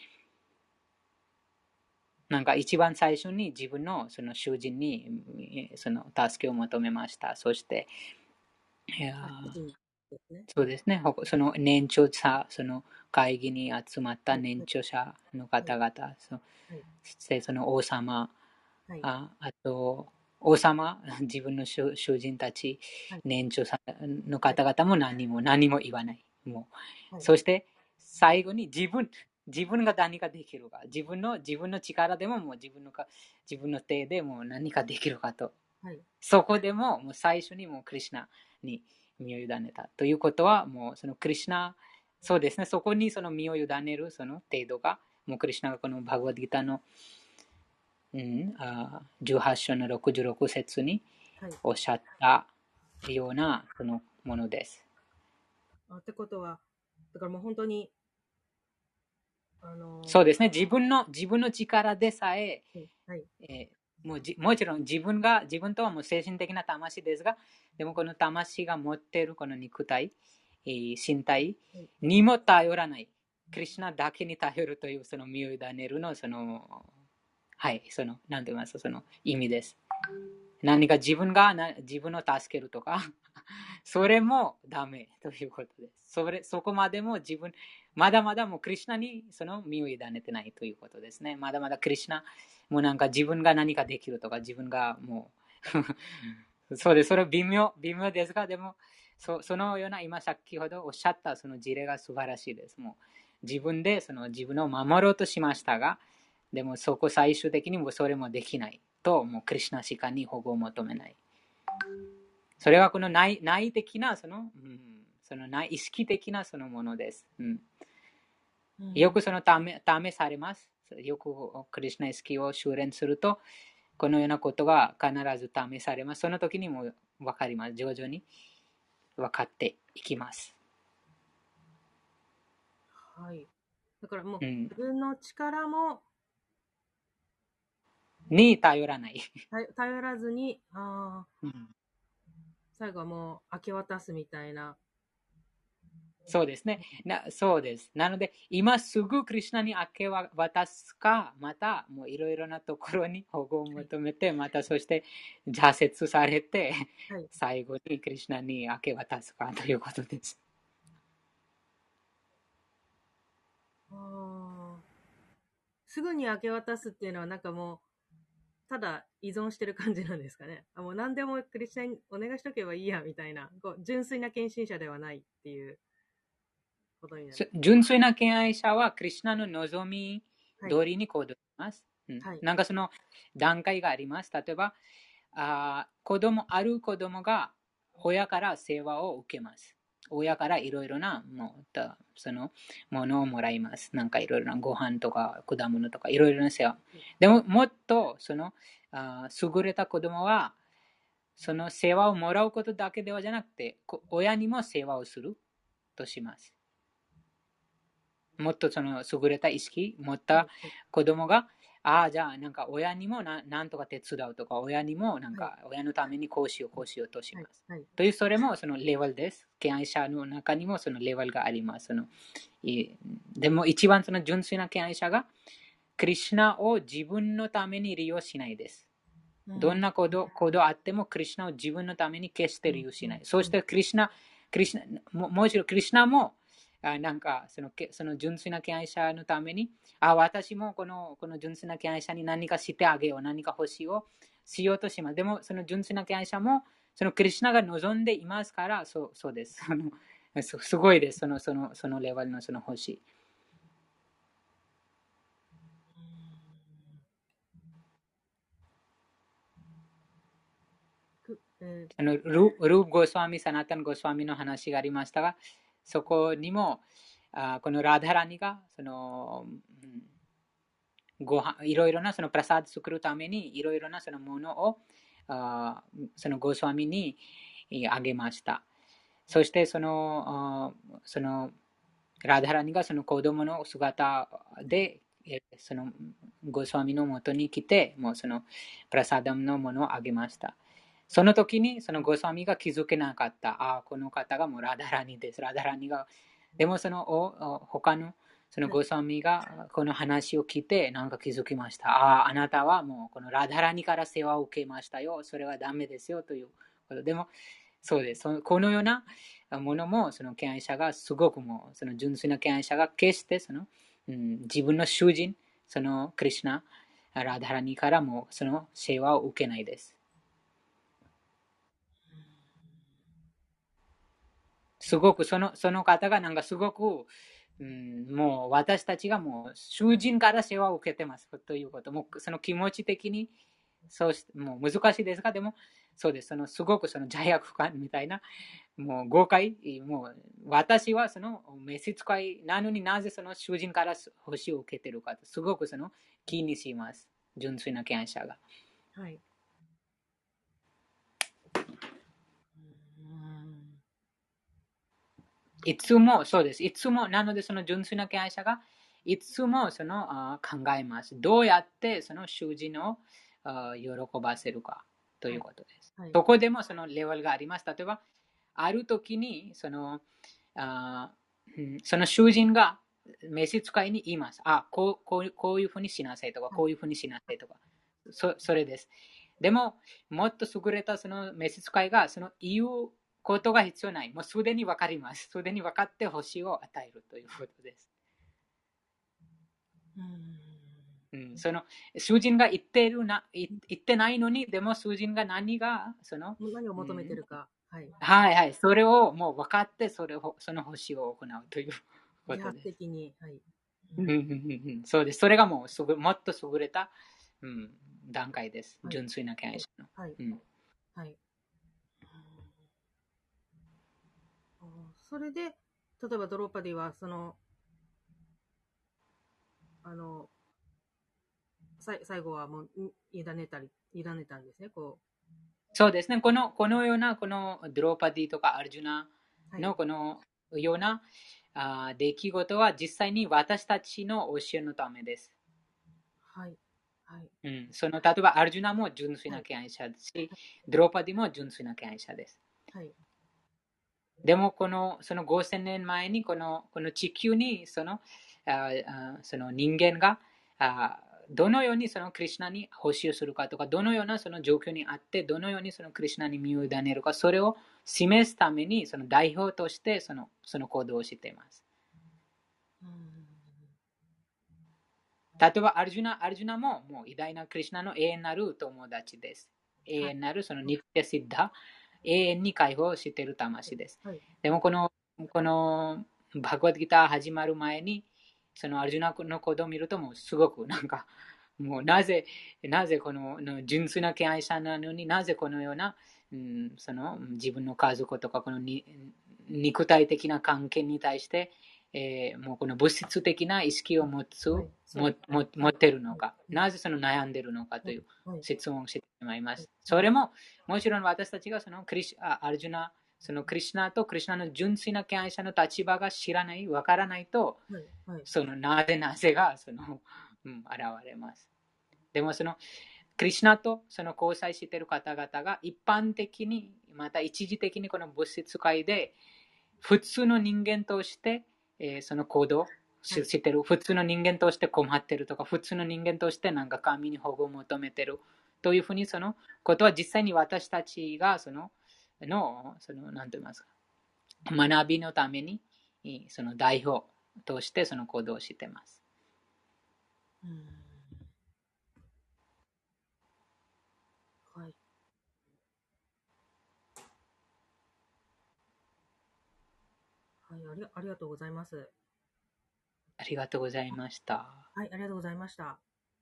B: なんか一番最初に自分のその囚人にその助けを求めました。そして、いやそうですね、その年長者、その会議に集まった年長者の方々、そしてその王様、あ, あと王様、自分の囚人たち、年長者の方々も何も何も言わない。もうそして最後に自分自分が何かできるか、自分の自分の力でももう自分のか自分の手でも何かできるかと、はい、そこでももう最初にもうクリシュナに身を委ねたということは、もうそのクリシュナ、そうですね、そこにその身を委ねるその程度が、もうクリシュナがこのバガバッドギターの、うん、あじゅうはち章のろくじゅうろく節におっしゃったようなそのものです。
F: あってことは、だからもう本当にあのー、
B: そうですね、自分の自分の力でさえ、はいえー、もうじもちろん自分が自分とはもう精神的な魂ですが、でもこの魂が持っているこの肉体、えー、身体にも頼らない、クリシュナだけに頼るというその身を委ねるのそのはいその何て言いますその意味です。何か自分がな自分を助けるとかそれもダメということです。それそこまでも自分まだまだもうクリシュナにその身を委ねてないということですね。まだまだクリシュナもうなんか自分が何かできるとか自分がもうそうです。それは微妙微妙ですが、でも そ, そのような今先ほどおっしゃったその事例が素晴らしいです。もう自分でその自分を守ろうとしましたが、でもそこ最終的にもそれもできないと、もうクリシュナしかに保護を求めない。それはこの 内, 内的なその、うん、その内意識的なそのものです。うんよくそのため、ためされます。よくクリシュナ意識を修練すると、 このようなことが必ず試されます。その時にも分かります。徐々に分かっていきます。
F: はい。だからもう、
B: うん、
F: 自分の力も
B: に頼らない。
F: 頼頼らずに、ああ、
B: うん、
F: 最後はもう明け渡すみたいな。
B: そうですねな。そうです。なので、今すぐクリシュナに明け渡すか、またもういろいろなところに保護を求めて、またそして挫折されて、
F: はい。
B: 最後にクリシュナに明け渡すかということです。
F: ああ、すぐに明け渡すっていうのはなんかもう、ただ依存してる感じなんですかね。あもう何でもクリスチャンにお願いしとけばいいやみたいな、こう純粋な献身者ではないっていうことになる。
B: 純粋な敬愛者はクリシュナの望み
F: はい。
B: 通りに行動します。うん、
F: はい。
B: なんかその段階があります。例えば、あ子供ある子供が親から世話を受けます。親からいろいろなもうそのものをもらいます。なんかいろいろなご飯とか果物とかいろいろな世話。でももっとそのあ優れた子供はその世話をもらうことだけではじゃなくて、親にも世話をするとします。もっとその優れた意識持った子供が、ああ、じゃあなんか親にもななんとか手伝うとか、親にもなんか親のためにこうしよう、こうしようとします。
F: はいはい、
B: という、それもそのレベルです。敬愛者の中にもそのレベルがあります。そのでも一番その純粋な敬愛者が、クリシュナを自分のために利用しないです。どんなこと、ことあっても、クリシュナを自分のために決して利用しない。そして、クリシュナ、クリシュナ、ももちろん、クリシュナも、あなんかその、その純粋な敬愛者のために、あ、私もこの、この純粋な敬愛者に何かしてあげよう、何か欲しいをしようとします。でも、その純粋な敬愛者も、そのクリシュナが望んでいますから、そう、そうです。すごいです。その、その、そのレベルのその欲しい。あのループ・ゴスワミ、サナタン・ゴスワミの話がありましたが、そこにも、あこのラダラニがその、ごはいろいろなそのプラサード作るためにいろいろなそのものをあそのゴスワミにあげました。そしてそのそのラダラニがその子供の姿でそのゴスワミのもとに来て、もうそのプラサダムのものをあげました。その時にそのゴスワミが気づけなかった。ああ、この方がもうラダラニです。ラダラニが。でもその他のそのゴスワミがこの話を聞いてなんか気づきました。ああ、あなたはもうこのラダラニから世話を受けましたよ。それはダメですよということ。でもそうです。このようなものもその敬愛者がすごくもうその純粋な敬愛者が決してその、うん、自分の主人、そのクリシュナ、ラダラニからもその世話を受けないです。すごくそのその方がなんかすごく、うん、もう私たちがもう囚人から世話を受けてますということ。もうその気持ち的にそうしもう難しいですが、でもそうです。そのすごくその罪悪感みたいな、もう誤解、もう私はその召使いなのになぜその囚人から星を受けているかと、すごくその気にします。純粋な敬愛者が。
F: はい。
B: いつもそうです。いつも、なのでその純粋な敬愛者がいつもその考えます。どうやってその囚人を喜ばせるかということです。はいはい、どこでもそのレベルがあります。例えば、ある時にそのあその囚人が召使いに言います。あ、こうこうこういうふうにしなさいとか、こういうふうにしなさいとか、そそれです。でも、もっと優れたその召使いがその言うことが必要ない。もうすでに分かります。すでに分かって星を与えるということです。うん、その囚人が言ってるな言ってないのに、でも囚人が何がその
F: 何を求めてるか、
B: うん、はい、はいはい、それをもう分かってそれをその星を行うということです。自
F: 発的に、はい、
B: うんうんうん、そうです。それがもうすぐもっと優れた、うん、段階です。はい、純粋な敬愛者の。
F: はい。
B: うん、
F: はい。それで、例えばドローパディはそのあのさい最後はもう委ねたり、委ねたんですね、こ
B: そうですね。この、このような、このドローパディとかアルジュナ
F: う。はい。
B: のこのような、あー出来事は実際に私たちの教えのためです。
F: はい。はい。
B: うん、その例えば、アルジュナも純粋な敬愛者ですし、ドローパディも純粋な敬愛者です。
F: はい。
B: でも、この、そのごせんねんまえに、この、この地球に、その、ああその人間が、あどのようにそのクリシュナに報酬するかとか、どのようなその状況にあって、どのようにそのクリシュナに身を委ねるか、それを示すために、その代表としてその、その行動をしています。
F: うん。
B: 例えば、アルジュナ、アルジュナも、もう偉大なクリシュナの永遠なる友達です。永遠なるそのニッテシッダ、永遠に解放している魂です。
F: はい。
B: でも、この、この、バグワッドギター始まる前に、そのアルジュナの行動を見ると、もうすごくなんか、もうなぜ、なぜこの純粋な敬愛者なのになぜこのような、うん、その自分の家族とかこのに肉体的な関係に対して、えー、もうこの物質的な意識を持つ、
F: はい
B: もも持っているのか、
F: はい
B: なぜその悩んでいるのかという
F: はい。
B: 質問をしてしまいます。
F: はい
B: それももちろん私たちがそのクリシあアルジュナ、そのクリシュナとクリシュナの純粋な敬愛者の立場が知らない、わからないと、
F: はいはい。
B: そのなぜなぜがその、うん、現れます。でもそのクリシュナとその交際している方々が一般的にまた一時的にこの物質界で普通の人間として、えー、その行動してる、普通の人間として困ってるとか、普通の人間としてなんか神に保護を求めてるというふうにそのことは実際に私たちがそののその何と言いますか、学びのためにその代表としてその行動をしています。
F: うん。はい。はい、ありがありがとうございます。
B: ありがとうございました。
F: はい、ありがとうございました。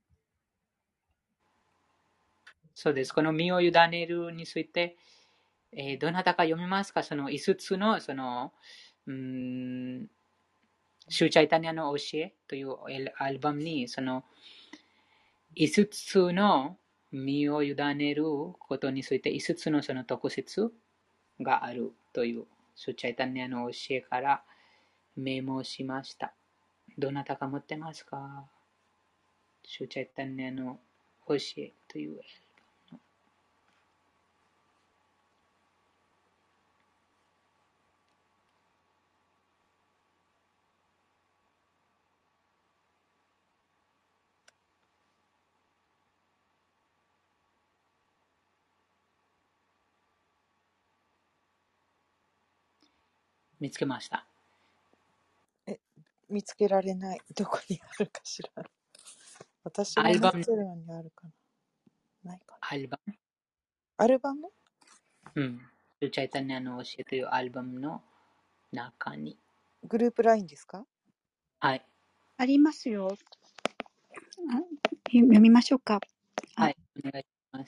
B: そうです。この身を委ねるについて、えー、どなたか読みますか？そのいつつの、その、うーん、シューチャイタニアの教えというアルバムに、そのいつつの身を委ねることについて、いつつのその特質があるという、シューチャイタニアの教えからメモしました。どなたか持ってますか？シューチャイタニアの教えという。見つけました。
G: え、見つけられない。どこにあるかしら。私が
B: アルバム、
G: 持ってるのにあるかな。ないかな。
B: アルバム
G: アルバム
B: うん。シューチャイタニアの教えというアルバムの中に。
G: グループラインですか？
B: はい。
D: ありますよ。あ読みましょうか。あ、
B: はい。お願いします。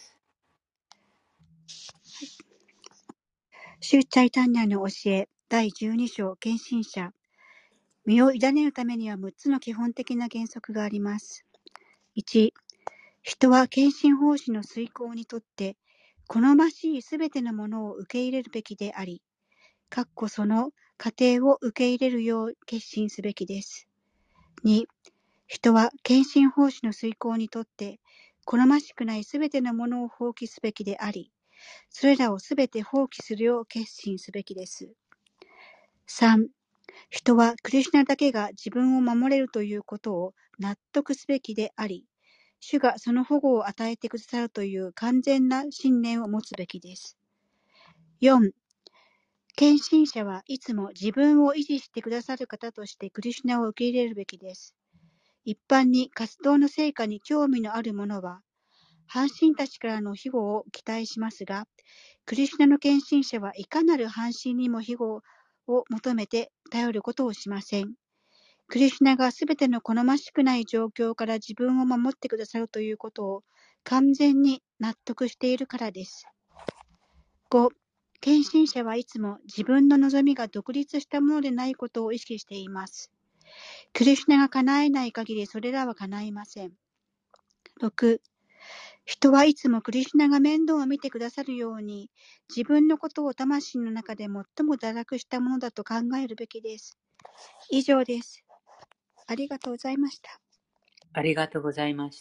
D: シューチャイタンニャの教え、だいじゅうに章、献身者。身を委ねるためにはむっつの基本的な原則があります。いち、人は献身奉仕の遂行にとって、好ましいすべてのものを受け入れるべきであり、かっこその過程を受け入れるよう決心すべきです。に、人は献身奉仕の遂行にとって、好ましくないすべてのものを放棄すべきであり、それらをすべて放棄するよう決心すべきです。さん、人はクリシュナだけが自分を守れるということを納得すべきであり、主がその保護を与えてくださるという完全な信念を持つべきです。よん、献身者はいつも自分を維持してくださる方としてクリシュナを受け入れるべきです。一般に活動の成果に興味のある者は、半身たちからの庇護を期待しますが、クリシュナの献身者はいかなる半身にも庇護を求めて頼ることをしません。クリシュナがすべての好ましくない状況から自分を守ってくださるということを完全に納得しているからです。ご、献身者はいつも自分の望みが独立したものでないことを意識しています。クリシュナが叶えない限りそれらは叶いません。 ろく、人はいつもクリシュナが面倒を見てくださるように、自分のことを魂の中で最も堕落したものだと考えるべきです。以上です。ありがとうございました。
B: ありがとうございました。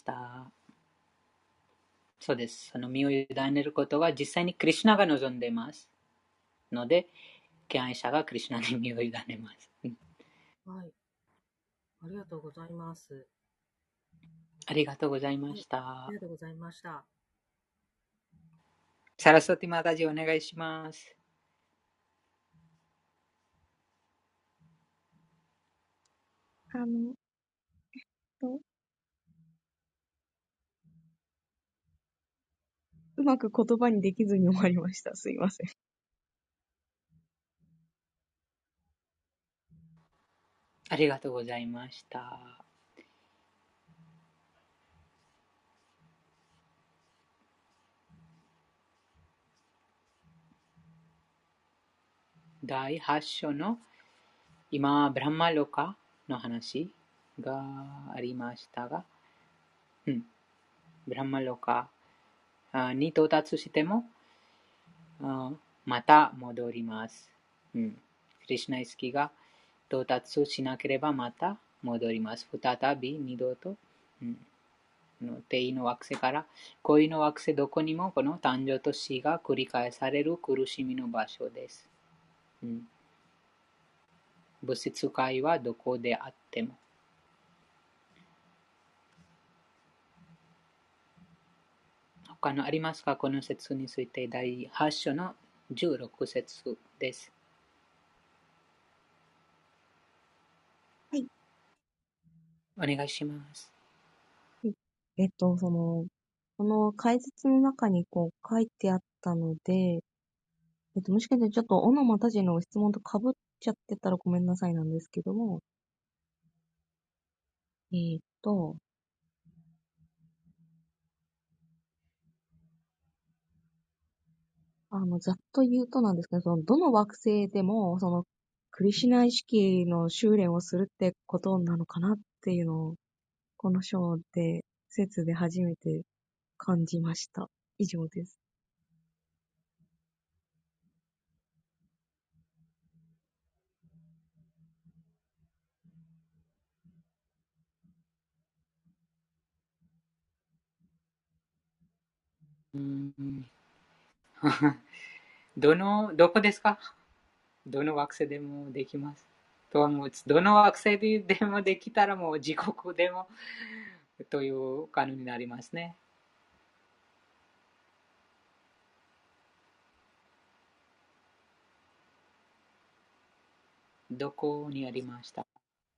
B: そうです。その身を委ねることは実際にクリシュナが望んでいますので、敬愛者がクリシュナに身を委ねます。うん
F: はい。ありがとうございます。
B: ありがとうござい
F: はい。
B: まし
F: あ
B: た。
F: りがとうございました。
B: サラスワティマタジお願いします。
A: あの、とうまく言葉にできずに終わりました。すいません。
B: ありがとうございました。だいはち章の今、ブランマロカの話がありましたが、うん、ブランマロカに到達しても、また戻ります。うん、クリシュナイスキが到達しなければまた戻ります。再び二度と、うん、定位の惑星から恋の惑星どこにもこの誕生と死が繰り返される苦しみの場所です。うん、物質界はどこであっても。他のありますか？この説についてだいはち章のじゅうろく節です。
A: はい。
B: お願いします。
A: えっと、その、この解説の中にこう書いてあったので、えっと、もしかしてちょっとオノマタジの質問と被っちゃってたらごめんなさいなんですけども、えっと、あの、ざっと言うとなんですけど、その、どの惑星でも、その、クリシュナ意識の修練をするってことなのかなっていうのを、この章で、説で初めて感じました。以上です。
B: うーんどの、どこですか？どの惑星でもできます。とはもう、どの惑星でもできたらもう自国でもという感じになりますね。どこにありました？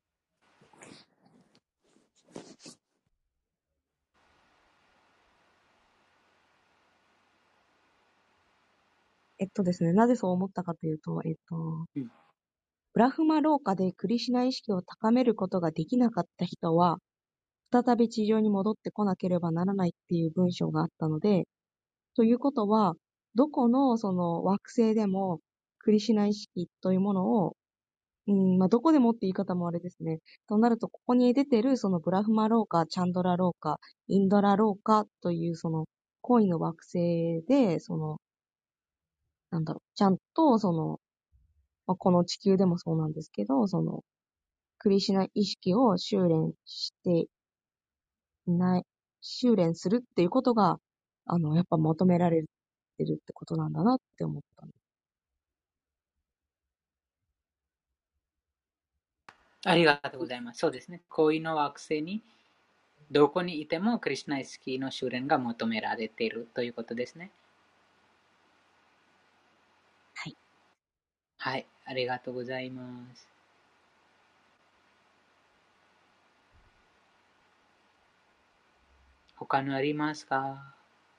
A: えっとですね、なぜそう思ったかというと、えっと、
B: うん、
A: ブラフマローカでクリシュナ意識を高めることができなかった人は、再び地上に戻ってこなければならないっていう文章があったので、ということは、どこのその惑星でもクリシュナ意識というものを、うん、まあ、どこでもって言い方もあれですね。となると、ここに出てるそのブラフマローカ、チャンドラローカ、インドラローカというその恋の惑星で、その、なんだろう、ちゃんとその、まあ、この地球でもそうなんですけど、その、クリシュナ意識を修練していない、修練するっていうことが、あの、やっぱ求められてるってことなんだなって思ったの。
B: ありがとうございます。そうですね。恋の惑星にどこにいてもクリシュナイスキーの修練が求められているということですね。
A: はい。
B: はい。ありがとうございます。他のありますか？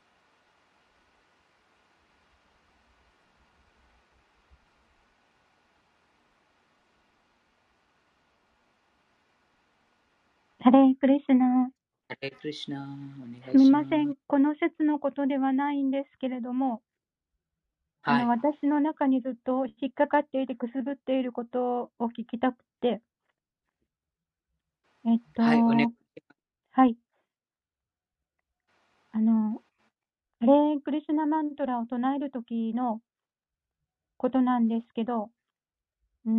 D: ハレークリシュナ。
B: ハレクリシュナ、お願
D: す
B: いします。
D: みません。この説のことではないんですけれども、あの、
B: はい。
D: 私の中にずっと引っかかっていてくすぶっていることを聞きたくて、えっと、
B: はい、お願いします。
D: はい。
H: あの、ハレークリシュナマントラを唱えるときのことなんですけど、うん、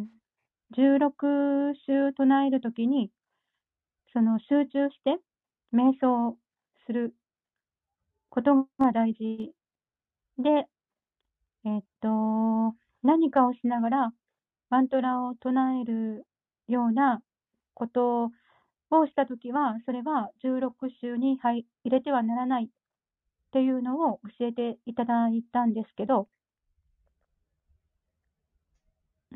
H: じゅうろく週唱えるときに、その集中して瞑想することが大事で、えっと、何かをしながらマントラを唱えるようなことをしたときは、それはじゅうろく週に入れてはならないっていうのを教えていただいたんですけど、うん、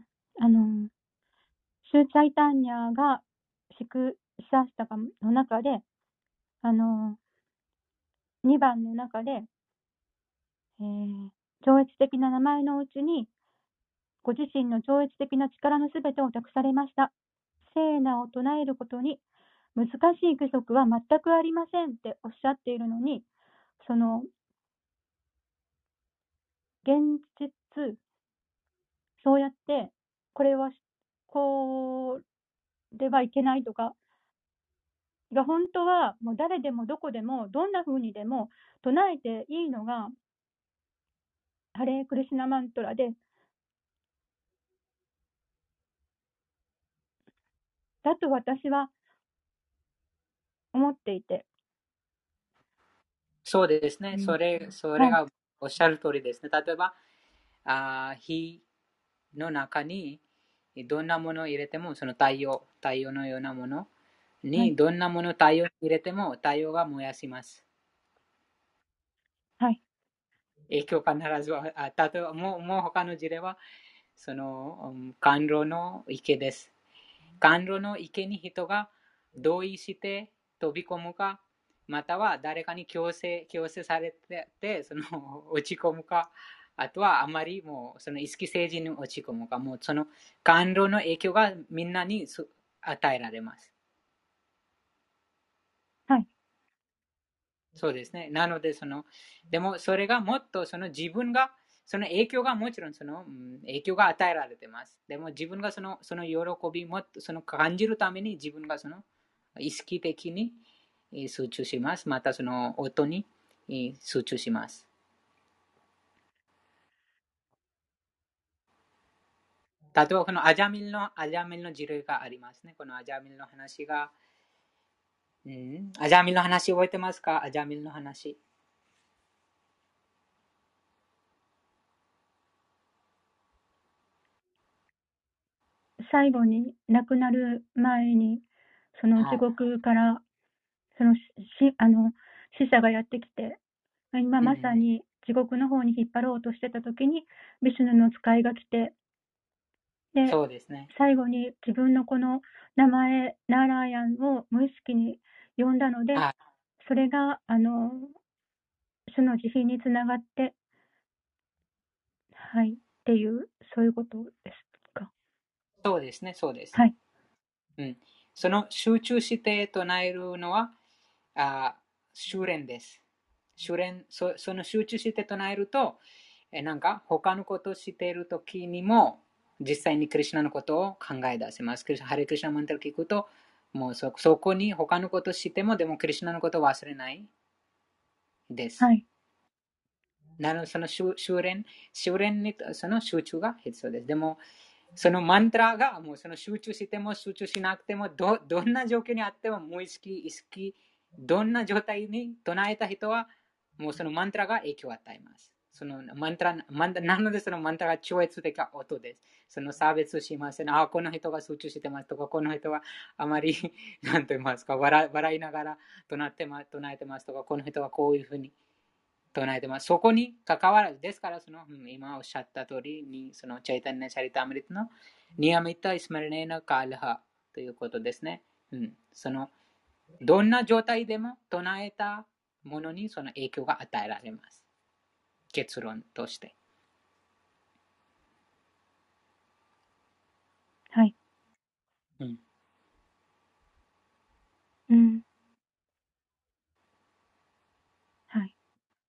H: あの、シューチャイタンニャがシクシャスタカの中で、あの、にばんの中で、えー超越的な名前のうちに、ご自身の超越的な力のすべてを託されました。聖なを唱えることに難しい規則は全くありませんっておっしゃっているのに、その現実、そうやってこれはこうではいけないとかが本当はもう誰でもどこでもどんな風にでも唱えていいのがハレークリシュナマントラで、だと私は思っていて、
B: そうですね。
H: うん、
B: それ、そ
H: はい、
B: れがおっしゃる通りですね。例えば、あ火の中にどんなものを入れても、その太陽、太陽のようなもの
H: はい、
B: にどんなものを太陽に入れても太陽が燃やします。
H: はい、
B: 影響必ずは、あ例えばもう、もう他の事例は、その、うん甘露の池です。甘露の池に人が同意して飛び込むか、または誰かに強制、強制されて、その落ち込むか、あとはあまりもうその意識政治に落ち込むか、もうその甘露の影響がみんなに与えられます。
H: はい、
B: そうですね。なので、その、でもそれがもっとその自分が、その影響がもちろんその、うん、影響が与えられてます。でも自分がその、その喜びもっとその感じるために自分がその意識的にえー集中します。またその音にえー集中します。例えばこのアジャミルの、アジャミルの事例がありますね。このアジャミルの話が、うん、アジャミルの話覚えてますか？アジャミルの話。
H: 最後に亡くなる前にその地
B: はい。
H: 獄からそのしあの死者がやってきて、今まさ
B: うん、
H: に地獄の方に引っ張ろうとしてた時にビシュヌの使いが来て、で
B: そうですね。
H: 最後に自分のこの名前ナーラーヤンを無意識に呼んだので、
B: はい。
H: それがあの主の慈悲につながって、はいっていうそういうことですか？
B: そうですね。そうです。
H: はい、
B: うん、その集中して唱えるのは、あ修練です。修練そ、その集中して唱えると、えなんか他のことをしているときにも、実際にクリシュナのことを考え出せます。ハレクリシュナマントル聞くと、もう そ, そこに他のことをしても、でもクリシュナのことを忘れないです。
H: はい、
B: なので、その修練、修練にその集中が必要です。でも、そのマントラがもうその集中しても集中しなくても ど, どんな状況にあっても無意識、意識、どんな状態に唱えた人はもうそのマントラが影響を与えます。そのマントラ、マントラなのでそのマントラが超越的な音です。その差別しません。あ、この人が集中してますとか、この人はあまり、なんと言いますか、笑笑いながら唱ってま唱えてますとか、この人はこういうふうに唱えてます。そこに関わらず、ですから、その、今おっしゃった通りに、その、チャイタンネ・チャリタムリトの、ニヤミタ・イスマルネーナ・カールハということですね。うん。その、どんな状態でも唱えたものにその影響が与えられます。結論として。
H: はい、
B: うん。
H: うん、はい、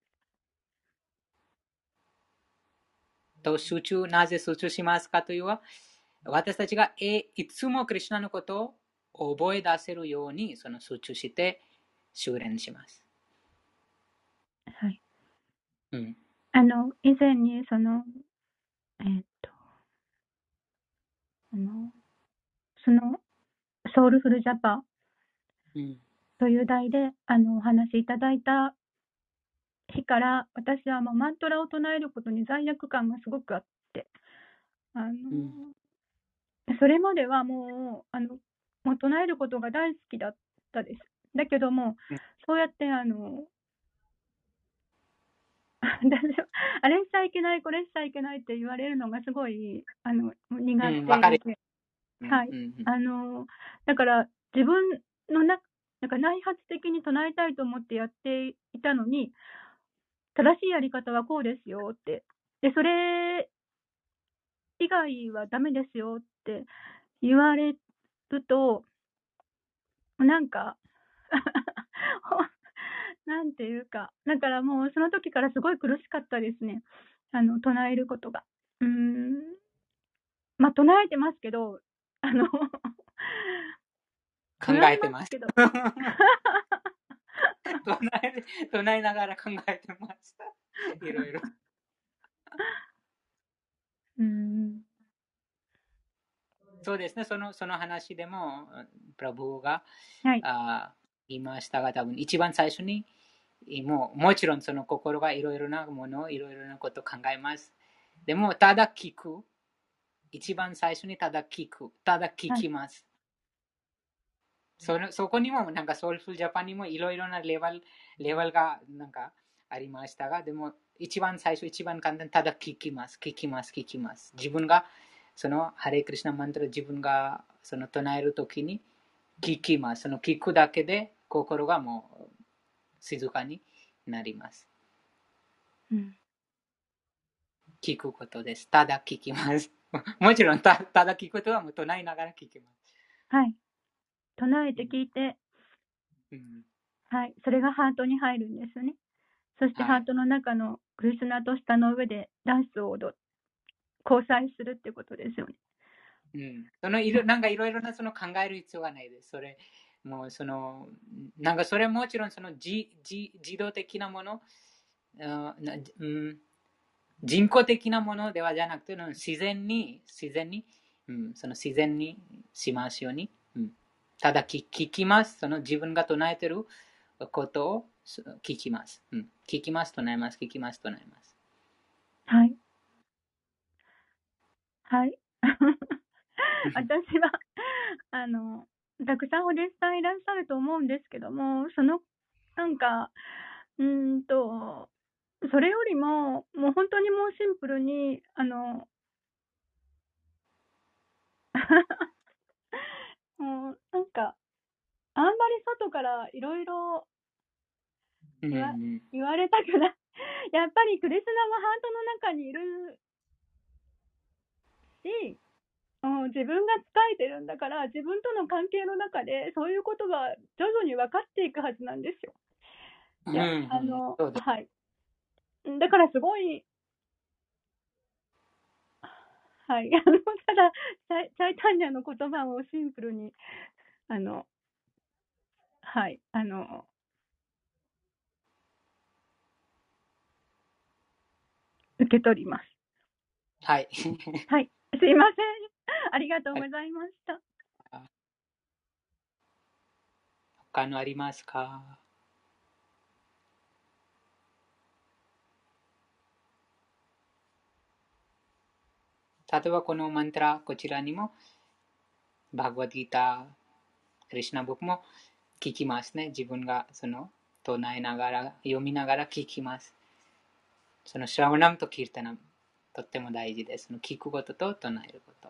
B: と、集中、なぜ集中しますかというは、私たちがいつもクリシュナのことを覚え出せるように、その集中して修練します。 うん。
H: あの、以前にその、えーっと、あの、その、ソウルフルジャパン
B: うん。
H: という題で、あの、お話しいただいた日から、私はもうマントラを唱えることに罪悪感がすごくあって、あの、
B: うん。
H: それまではもう、あの、もう唱えることが大好きだったです。だけども、そうやって、あの、私はあれしちゃいけない、これしちゃいけないって言われるのがすごい、あの、苦
B: うん。わかる。
H: 手で、
B: うん。
H: はい。
B: うん。
H: あの、だから自分のな、なんか内発的に唱えたいと思ってやっていたのに、正しいやり方はこうですよって。で、それ以外はダメですよって言われると、なんか、なんていうか、だからもうその時からすごい苦しかったですね。あの、唱えることが。うーん。まあ、唱えてますけど、あの、
B: 考
H: 唱え
B: えてます。
H: ますけど。
B: 唱え、唱えながら考えてます。いろいろ。
H: うーん。
B: そうですね。その、その話でも、プラブーが、
H: はい。
B: あ言いましたが、多分一番最初に、もう、もちろんその心がいろいろなもの、いろいろなことを考えます。でも、ただ聞く。一番最初にただ聞く。ただ聞きます。そのそこにもなんかソウルフルジャパンにもいろいろなレベル、レベルがなんかありましたが、でも一番最初、一番簡単、ただ聞きます、聞きます、聞きます。自分がそのハレクリシナマントラ自分がその唱えるときに聞きます。その聞くだけで心がもう静かになります。
H: うん、
B: 聞くことです。ただ聞きます。もちろんた、ただ聞くことはもう唱えながら聞きます。
H: はい。唱えて聞いて、
B: うん、
H: はい。それがハートに入るんですよね。そして
B: はい。
H: ハートの中のクリスナと舌の上でダンスを踊る。交際するってことですよね。
B: うん、そのいろなんかいろいろなその考える必要がないです。それ、もうその、なんかそれもちろんその自自自動的なもの、あなうん、人工的なものではじゃなくて、自然に、自然に、うん、その自然にしますように。うん、ただ聞聞きます。その自分が唱えてることを聞きます。うん、聞きます、唱えます、聞きます、唱えます。
H: はい。はい。私は、あの、たくさんお弟子さんいらっしゃると思うんですけども、その、なんか、うーんと、それよりも、もう本当にもうシンプルに、あの、もうなんか、あんまり外からいろいろ
B: うん
H: 言わ
B: うん
H: 言われたくない。やっぱりクリスナもハートの中にいるし、うん、自分が仕えてるんだから、自分との関係の中で、そういうことが徐々に分かっていくはずなんですよ。
B: うん
H: いや、
B: うん、
H: あの、
B: そうです。
H: はい。だからすごい、はい。あの、ただ、チャイチャイタンニャの言葉をシンプルに、あの、はい。あの、受け取ります。
B: はい。
H: はい。すいません。ありがとうございました。
B: 他のありますか？例えばこのマントラ、こちらにも、バーガヴァッドギーター、クリシュナブックも聞きますね。自分がその唱えながら、読みながら聞きます。そのシャワナムとキルタナム、とっても大事です。その聞くことと唱えること。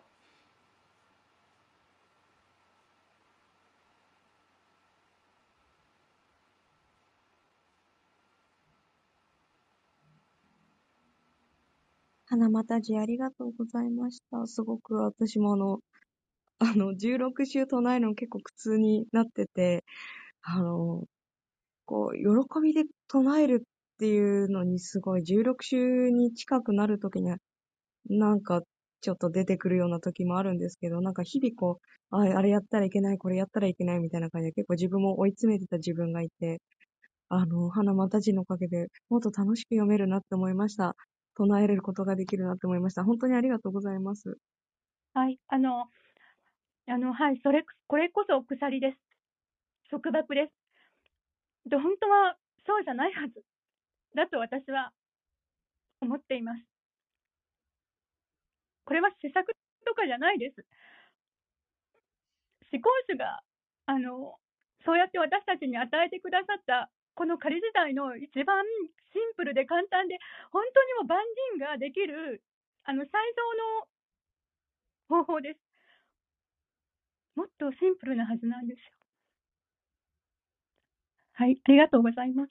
A: 花又じありがとうございました。すごく私もあの、あの、じゅうろく週唱えるの結構苦痛になってて、あの、こう、喜びで唱えるっていうのにすごいじゅうろく週に近くなるときには、なんかちょっと出てくるような時もあるんですけど、なんか日々こう、ああれやったらいけない、これやったらいけないみたいな感じで結構自分も追い詰めてた自分がいて、 あの、花またちのおかげでもっと楽しく読めるなって思いました。唱えれることができるなって思いました。本当にありがとうございます。
H: はい。あの、あの、はい。それ、これこそ鎖です。束縛です。で、本当はそうじゃないはずだと私は思っています。これは施策とかじゃないです。思考主が、あの、そうやって私たちに与えてくださった、この仮時代の一番シンプルで簡単で、本当にも万人ができる、あの、最上の方法です。もっとシンプルなはずなんですよ。はい、ありがとうございます。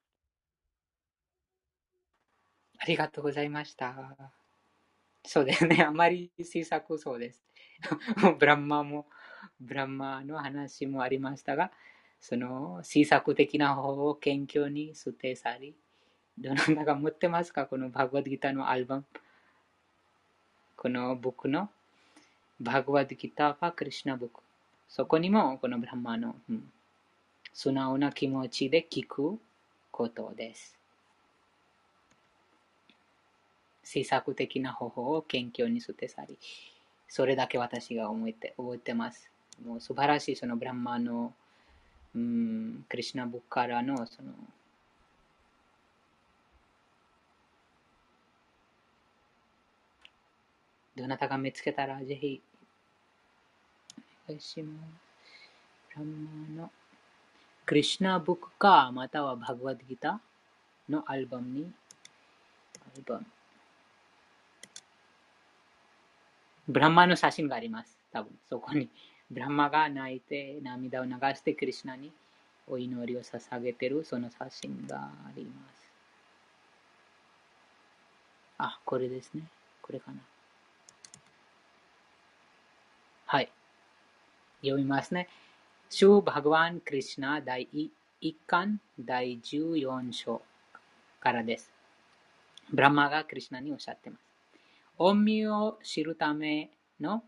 B: ありがとうございました。そうですね。あまり小さくそうです。ブランマも、ブランマの話もありましたが、その小さく的な方を謙虚に捨て去り、どなたが持ってますかこのバグワッドギターのアルバム。この僕のバグワッドギターはクリシュナブック。そこにもこのブランマの、うん、素直な気持ちで聞くことです。小さく的な方法を謙虚に捨て去り。それだけ私が思って覚えてます。もう素晴らしいそのブランマの、うん、クリシュナブックからのそのどなたが見つけたらぜひお願いします。ブランマのクリシュナブックかまたはバグワッドギターのアルバムにアルバムブランマの写真があります。多分そこにブランマが泣いて涙を流してクリシュナにお祈りを捧げているその写真があります。あ、これですね。これかな。はい。読みますね。シュバグワン・クリシュナ第一巻第じゅうよん章からです。ブランマがクリシュナにおっしゃっています。恩義を知るための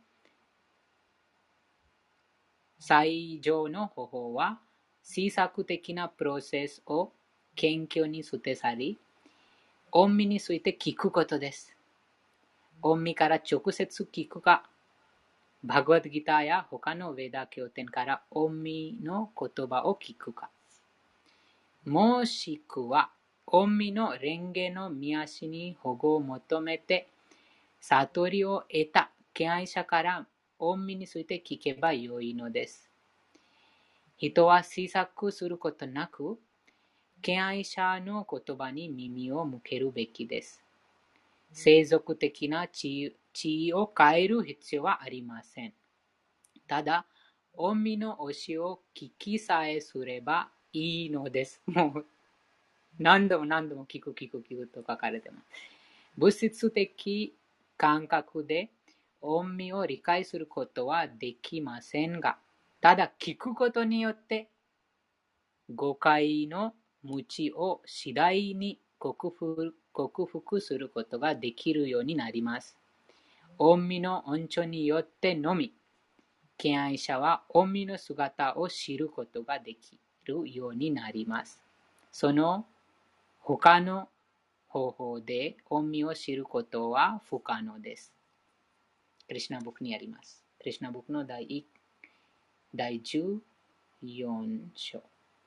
B: 最上の方法は、施策的なプロセスを謙虚に捨て去り、恩義について聞くことです。恩義から直接聞くか、バグワッドギターや他のヴェダ経典から恩義の言葉を聞くか、もしくは恩義の蓮華の御足に保護を求めて悟りを得た敬愛者から恩義について聞けばよいのです。人は施策することなく、敬愛者の言葉に耳を向けるべきです。世俗的な地位を変える必要はありません。ただ、恩義の教えを聞きさえすればいいのです。もう何度も何度も聞く聞く聞くと書かれています。物質的感覚で恩義を理解することはできませんが、ただ聞くことによって誤解の無知を次第に克服、克服することができるようになります。恩義の恩寵によってのみ、敬愛者は恩義の姿を知ることができるようになります。その他の方法で恩義を知ることは不可能です。クリシュナブックにあります。クリシュナブックの第第じゅうよん章。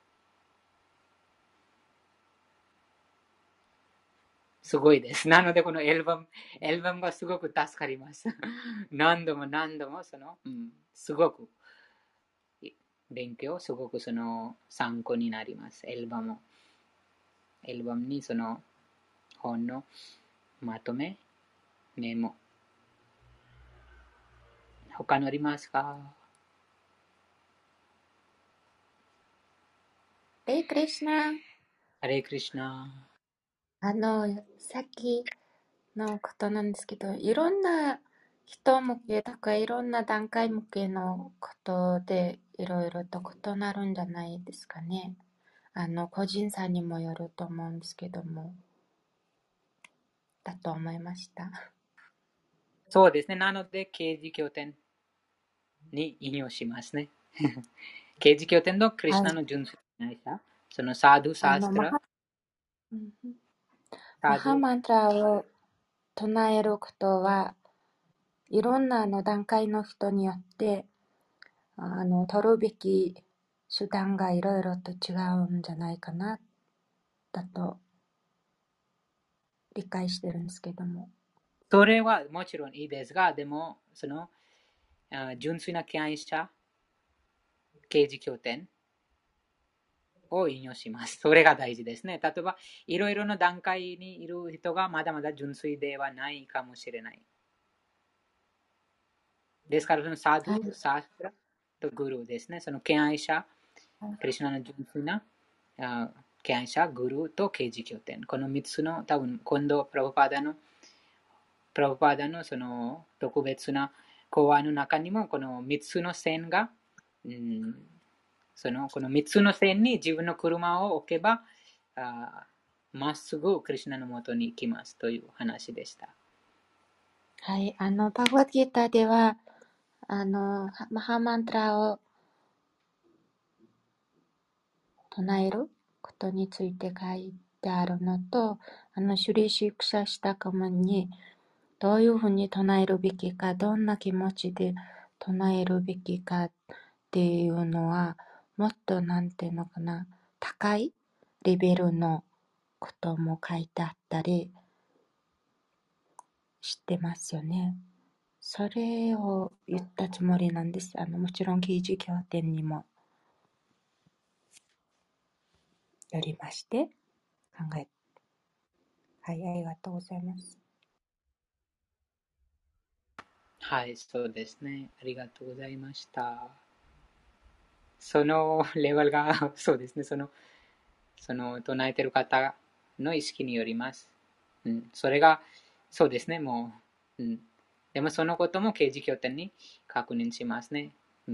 B: すごいです。なのでこのエルバム、エルバムがすごく助かります。何度も何度もその、うん、すごく勉強、すごくその参考になります。エルバム。エルバムにその本のまとめ、メモ。他のありますか？
C: ハレイクリシュナ。
B: ハレイクリシュナ。
C: あの、さっきのことなんですけど、いろんな人向けとかいろんな段階向けのことでいろいろと異なるんじゃないですかね。あの、個人差にもよると思うんですけども、だと思いました。
B: そうですね。なので、刑事経典に引用しますね。刑事経典のクリシュナの純粋な愛者、 そのサードサ
C: あの、
B: ーストラ、
C: マハ、うん
B: サード、
C: マハマントラを唱えることは、いろんなあの段階の人によって、あの、取るべき手段がいろいろと違うんじゃないかな、だと理解してるんですけども。
B: それはもちろんいいですが、でも、その、あ純粋な敬愛者、啓示経典を引用します。それが大事ですね。例えば、いろいろな段階にいる人がまだまだ純粋ではないかもしれない。ですから、そのサー
C: はい。
B: ド、サーストラとグルーですね。その敬愛者、
C: はい
B: クリシュナの純粋なあ敬愛者、グルーと啓示経典。このみっつの、多分、今度、プラブパーダの、プラブパーダのその特別な講話の中にも、このみっつの線が、うん、そのこのみっつの線に自分の車を置けば、まっすぐクリシュナのもとに行きますという話でした。
C: はい。あの、バガバッドギーターでは、あの、マハマントラを唱えることについて書いてあるのと、あの、シュリーシークシャシタカマンにどういうふうに唱えるべきか、どんな気持ちで唱えるべきかっていうのは、もっとなんていうのかな、高いレベルのことも書いてあったりしてますよね。それを言ったつもりなんです。あの、もちろん、記事経典にもよりまして考え、はい、ありがとうございます。
B: はい、そうですね。ありがとうございました。そのレベルが、そうですね。その、その唱えてる方の意識によります。うん、それが、そうですね。もう、うん。でもそのことも啓示経典に確認しますね。うん。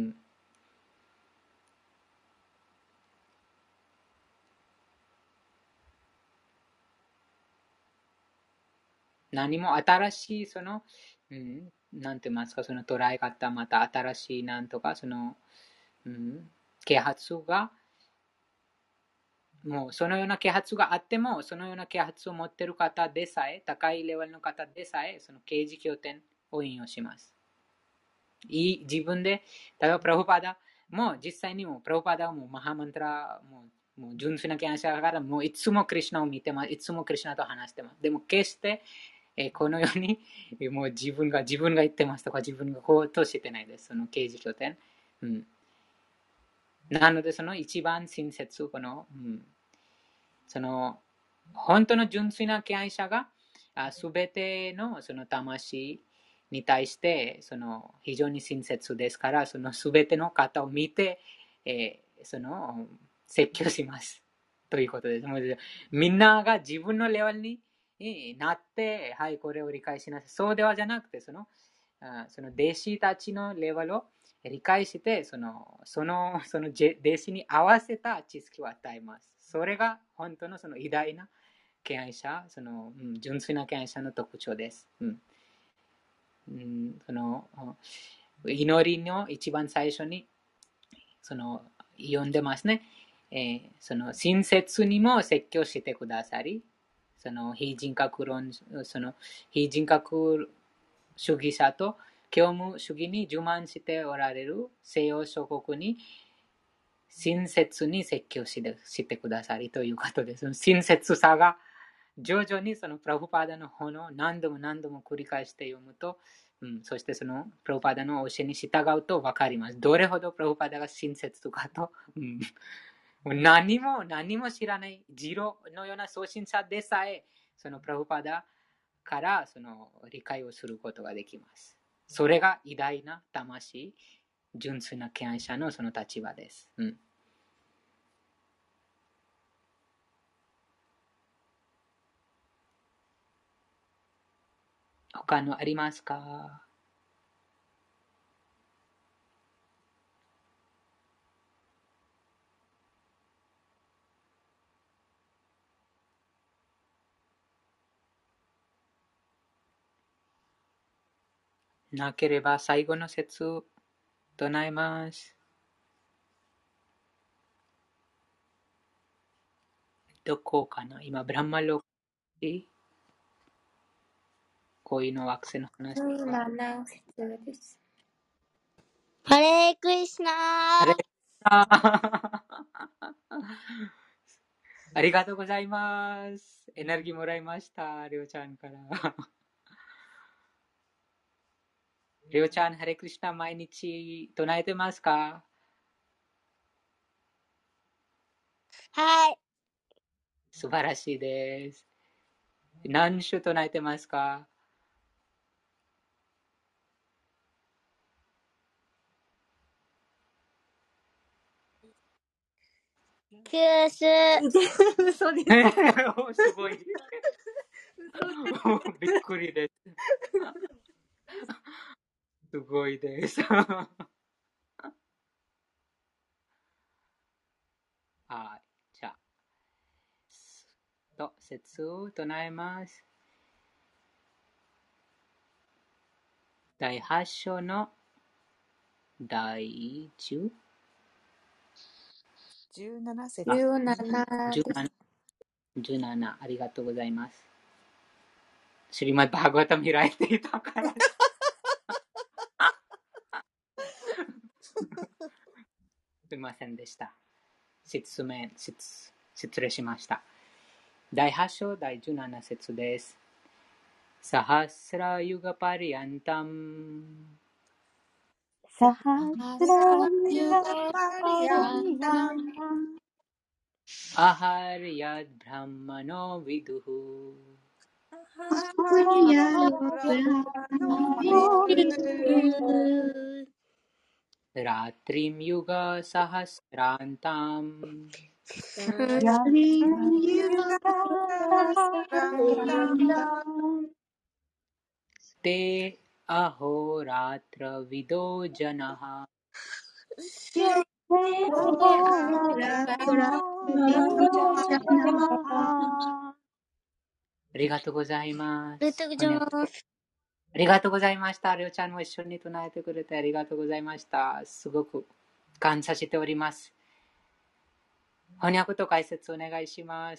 B: 何も新しい、その、うん、なんて言いますか、その捉え方、また新しいなんとか、その、うん、啓発が、もうそのような啓発があっても、そのような啓発を持っている方でさえ、高いレベルの方でさえ、その啓示経典を引用します。いい自分で、例えばプラブパダも実際にもプラブパダはもうマハマントラ、もうもう純粋な敬愛者だから、もういつもクリシュナを見てます。いつもクリシュナと話してます。でも決してえこのようにもう自分が自分が言ってますとか自分がこうとしてないです。その啓示経典。うん、なのでその一番親切、この、うん、その本当の純粋な敬愛者がすべてのその魂に対してその非常に親切ですから、そのすべての方を見て、えー、その説教しますということです。みんなが自分のレベルになって、はい、これを理解しなさい。そうではじゃなくて、その、その弟子たちのレベルを理解して、その、その、その弟子に合わせた知識を与えます。それが本当のその偉大な敬愛者、その、うん、純粋な敬愛者の特徴です。うんうん、その祈りの一番最初にその読んでますね。えー、その親切にも説教してくださり、その非人格論、その非人格主義者と教務主義に自慢しておられる西洋諸国に親切に説教してしてくださりということです。親切さが徐々にそのプラブパーダの本を何度も何度も繰り返して読むと、うん、そしてそのプラブパーダの教えに従うと分かります。どれほどプラブパーダが親切かと、うん、何も何も知らないジロのような送信者でさえ、そのプラブパーダからその理解をすることができます。それが偉大な魂、純粋な敬愛者のその立場です。うん、他のありますか？なければ最後の説唱えます。 どこかな今、ブランマロキ、恋の惑星の話
C: じゅう
B: は。
C: なな節です。
I: ハレークリシナ
B: あれあありがとうございます。エネルギーもらいました、りょうちゃんから。りょうちゃん、ハレクリシナ毎日唱えてますか？
I: はい。
B: 素晴らしいです。何週唱えてますか？
I: 九州。
F: 嘘です。
B: すごい。
F: 嘘です。
B: びっくりです。すごいです。はい。じゃあ、と、説を唱えます。第八章の第十、
G: 十七節。
B: あ、
C: じゅうなな
B: 十七、十七、ありがとうございます。シリマッバーガータム開いていたからです。すみませんでした。説明、説、失礼しました。第八章第十七節です。サハスラユガパリアンタム
D: サハスラユガ
G: パリアン
D: パリアン
B: アハリヤブランマノヴィドゥフ
D: タンヤロブラ
G: の
D: マノビ
B: ラトリムユガサハスランタム
D: ヤリユ
G: ユガ
D: ガサハ
G: ランタン
B: テアホラトラヴィドジャナハ。
D: ホラトラビドジャナハ。
B: ありがとうございま
I: ありがとう
B: す。
I: ございます。
B: ありがとうございました。りょうちゃんも一緒に唱えてくれてありがとうございました。すごく感謝しております。翻訳と解説お願いします。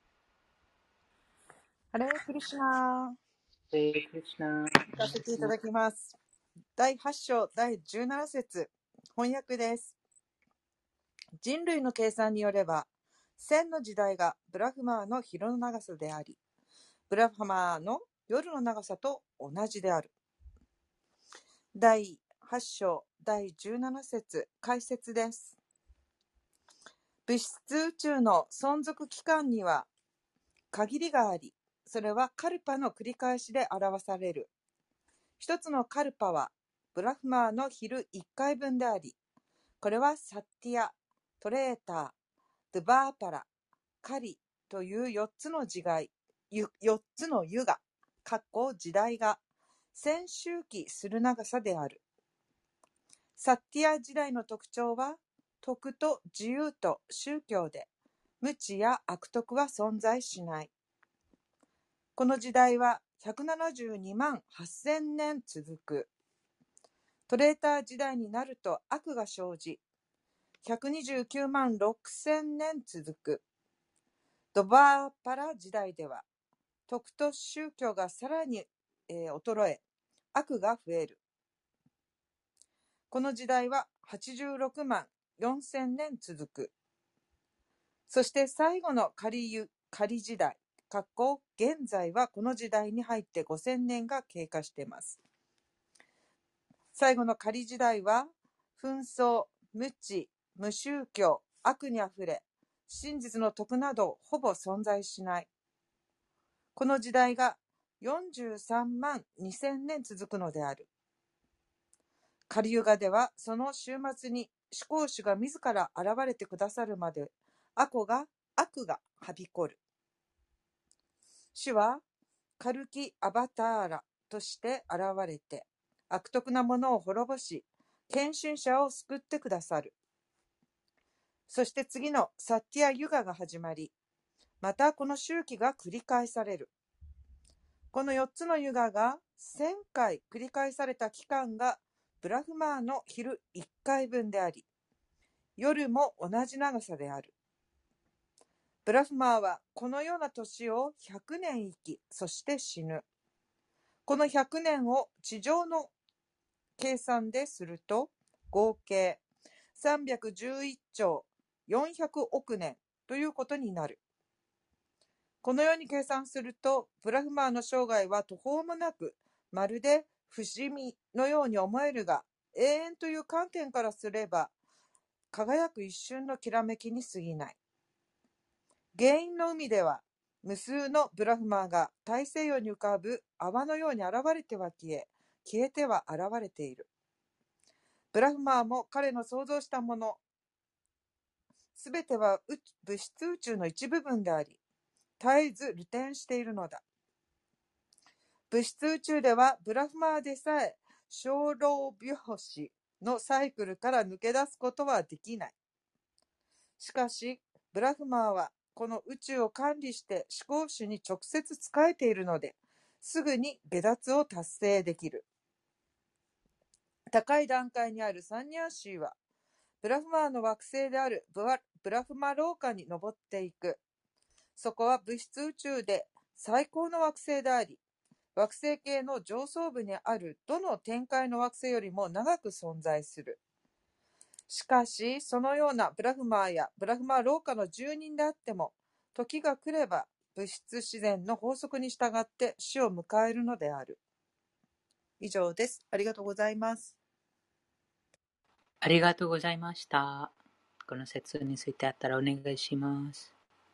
G: ハレークリシナ
B: ハレークリシナ。
G: 聞かせていただきます。第八章第十七節、翻訳です。人類の計算によれば、千の時代がブラフマーの昼の長さであり、ブラフマーの夜の長さと同じである。第八章第十七節、解説です。物質宇宙の存続期間には限りがあり、それはカルパの繰り返しで表される。一つのカルパはブラフマーの昼一回分であり、これはサッティア、トレーター、ドゥバーパラ、カリという四つの時代、四つのユガ、かっこ時代が千周期する長さである。サッティア時代の特徴は、徳と自由と宗教で、無知や悪徳は存在しない。この時代はひゃくななじゅうにまんはっせんねん続く。トレーター時代になると悪が生じ、ひゃくにじゅうきゅうまんろくせんねん続く。ドバーパラ時代では、徳と宗教がさらに、えー、衰え、悪が増える。この時代ははちじゅうろくまんよんせんねん続く。そして最後の仮ゆ仮時代、かっこ現在はこの時代に入ってごせんねんが経過しています。最後の仮時代は、紛争、無知、無宗教、悪にあふれ、真実の徳などほぼ存在しない。この時代がよんじゅうさんまんにせんねん続くのである。カリユガではその終末に至高主が自ら現れてくださるまで悪が悪がはびこる。主はカルキ・アバターラとして現れて悪徳なものを滅ぼし、献身者を救ってくださる。そして次のサッティア・ユガが始まり、またこの周期が繰り返される。このよっつのユガがせんかい繰り返された期間がブラフマーの昼いっかいぶんであり、夜も同じ長さである。 ブラフマーはこのような年をひゃくねん生き、そして死ぬ。このひゃくねんを地上の計算ですると、合計さんびゃくじゅういっちょうよんひゃくおくねんということになる。このように計算すると、ブラフマーの生涯は途方もなく、まるで不死身のように思えるが、永遠という観点からすれば、輝く一瞬のきらめきに過ぎない。原因の海では、無数のブラフマーが大西洋に浮かぶ泡のように現れては消え、消えては現れている。ブラフマーも彼の創造したもの、すべては物質宇宙の一部分であり、絶えず流転しているのだ。物質宇宙ではブラフマーでさえ生老病死のサイクルから抜け出すことはできない。しかし、ブラフマーはこの宇宙を管理して思考主に直接仕えているので、すぐに下脱を達成できる。高い段階にあるサンニャーシーは、ブラフマーの惑星であるブラブラフマ廊下に登っていく。そこは物質宇宙で最高の惑星であり、惑星系の上層部にあるどの天界の惑星よりも長く存在する。しかし、そのようなブラフマーやブラフマー廊下の住人であっても、時が来れば物質自然の法則に従って死を迎えるのである。以上です。ありがとうございます。
B: ありがとうございました。この説についてあったらお願いします。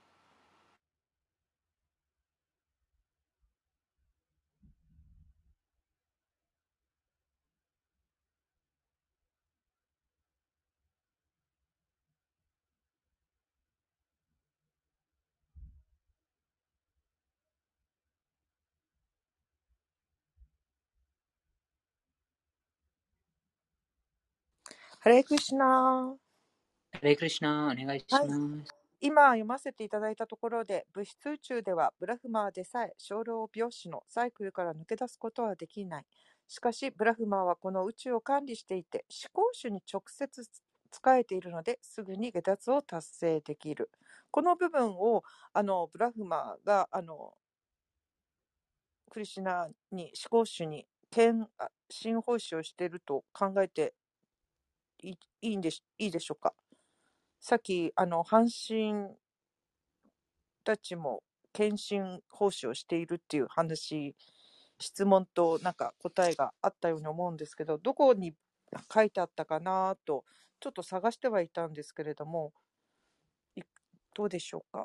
G: ハレークリシュナー。
B: ハレークリシュナー、お願いし
G: はい。
B: ます。
G: 今読ませていただいたところで、物質宇宙ではブラフマーでさえ生老病死のサイクルから抜け出すことはできない。しかし、ブラフマーはこの宇宙を管理していて、思考主に直接仕えているので、すぐに下脱を達成できる。この部分を、あの、ブラフマーが、あの、クリシュナに、思考主に、献身奉仕をしていると考えていいいいんでしいいでしょうか。さっき、あの、半身たちも献身奉仕をしているっていう話、質問となんか答えがあったように思うんですけど、どこに書いてあったかなと、ちょっと探してはいたんですけれども、いどうでしょうか。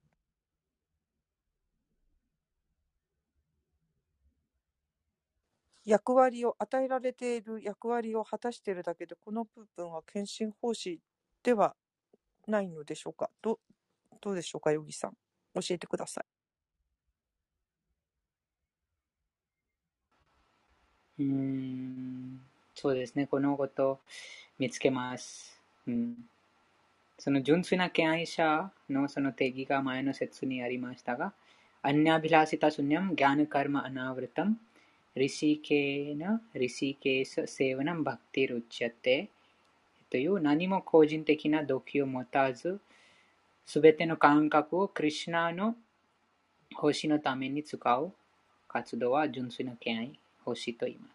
G: 役割を、与えられている役割を果たしているだけで、この部分は献身奉仕ではないのでしょうか。どどうでしょうか、ヨギさん。教えてください。
B: うーん、そうですね、このことを見つけます。うん、その純粋な敬愛者のその定義が前の説にありましたが、アンニャビラシタシュニャム、ギャナカルマアナヴリタム、リシケーナ、リシケース、セーヴナム、バクティルチャテという何も個人的な動機を持たず、すべての感覚をクリシュナの星のために使う活動は純粋な敬愛星と言います。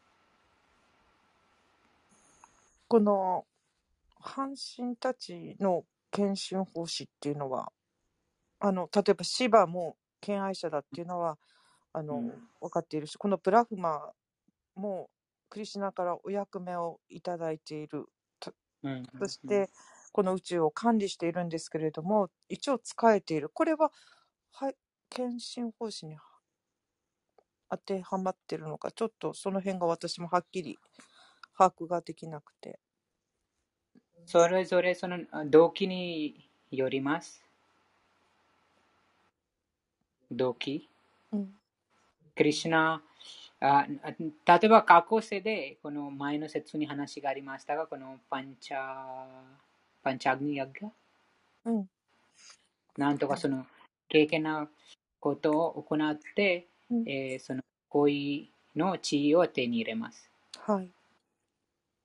G: この半身たちの献身奉仕っていうのは、あの例えばシバも敬愛者だっていうのはあの、うん、分かっているし、このブラフマもクリシュナからお役目をいただいている、うん、そしてこの宇宙を管理しているんですけれども、一応仕えている。これは、はい、献身奉仕に当てはまっているのか、ちょっとその辺が私もはっきり把握ができなくて。
B: それぞれその動機によります。動機、うん、クリシュナあ、例えば過去世でこの前の説に話がありましたが、このパンチャパンチャグニヤガ、うん、なんとかその経験なことを行って、うん、えー、その恋の地位を手に入れます。はい。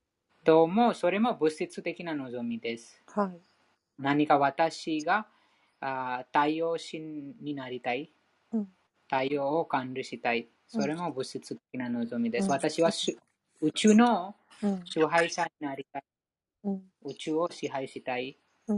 B: どうもそれも物質的な望みです。はい。何か私があ太陽神になりたい。
G: うん。
B: 太陽を管理したい。
G: うん。
B: それも物質的な望みです。
G: うん。
B: 私はし宇宙の
G: うん。
B: 支配者になりたい。
G: うん。
B: 宇宙を支配したい。
G: うん。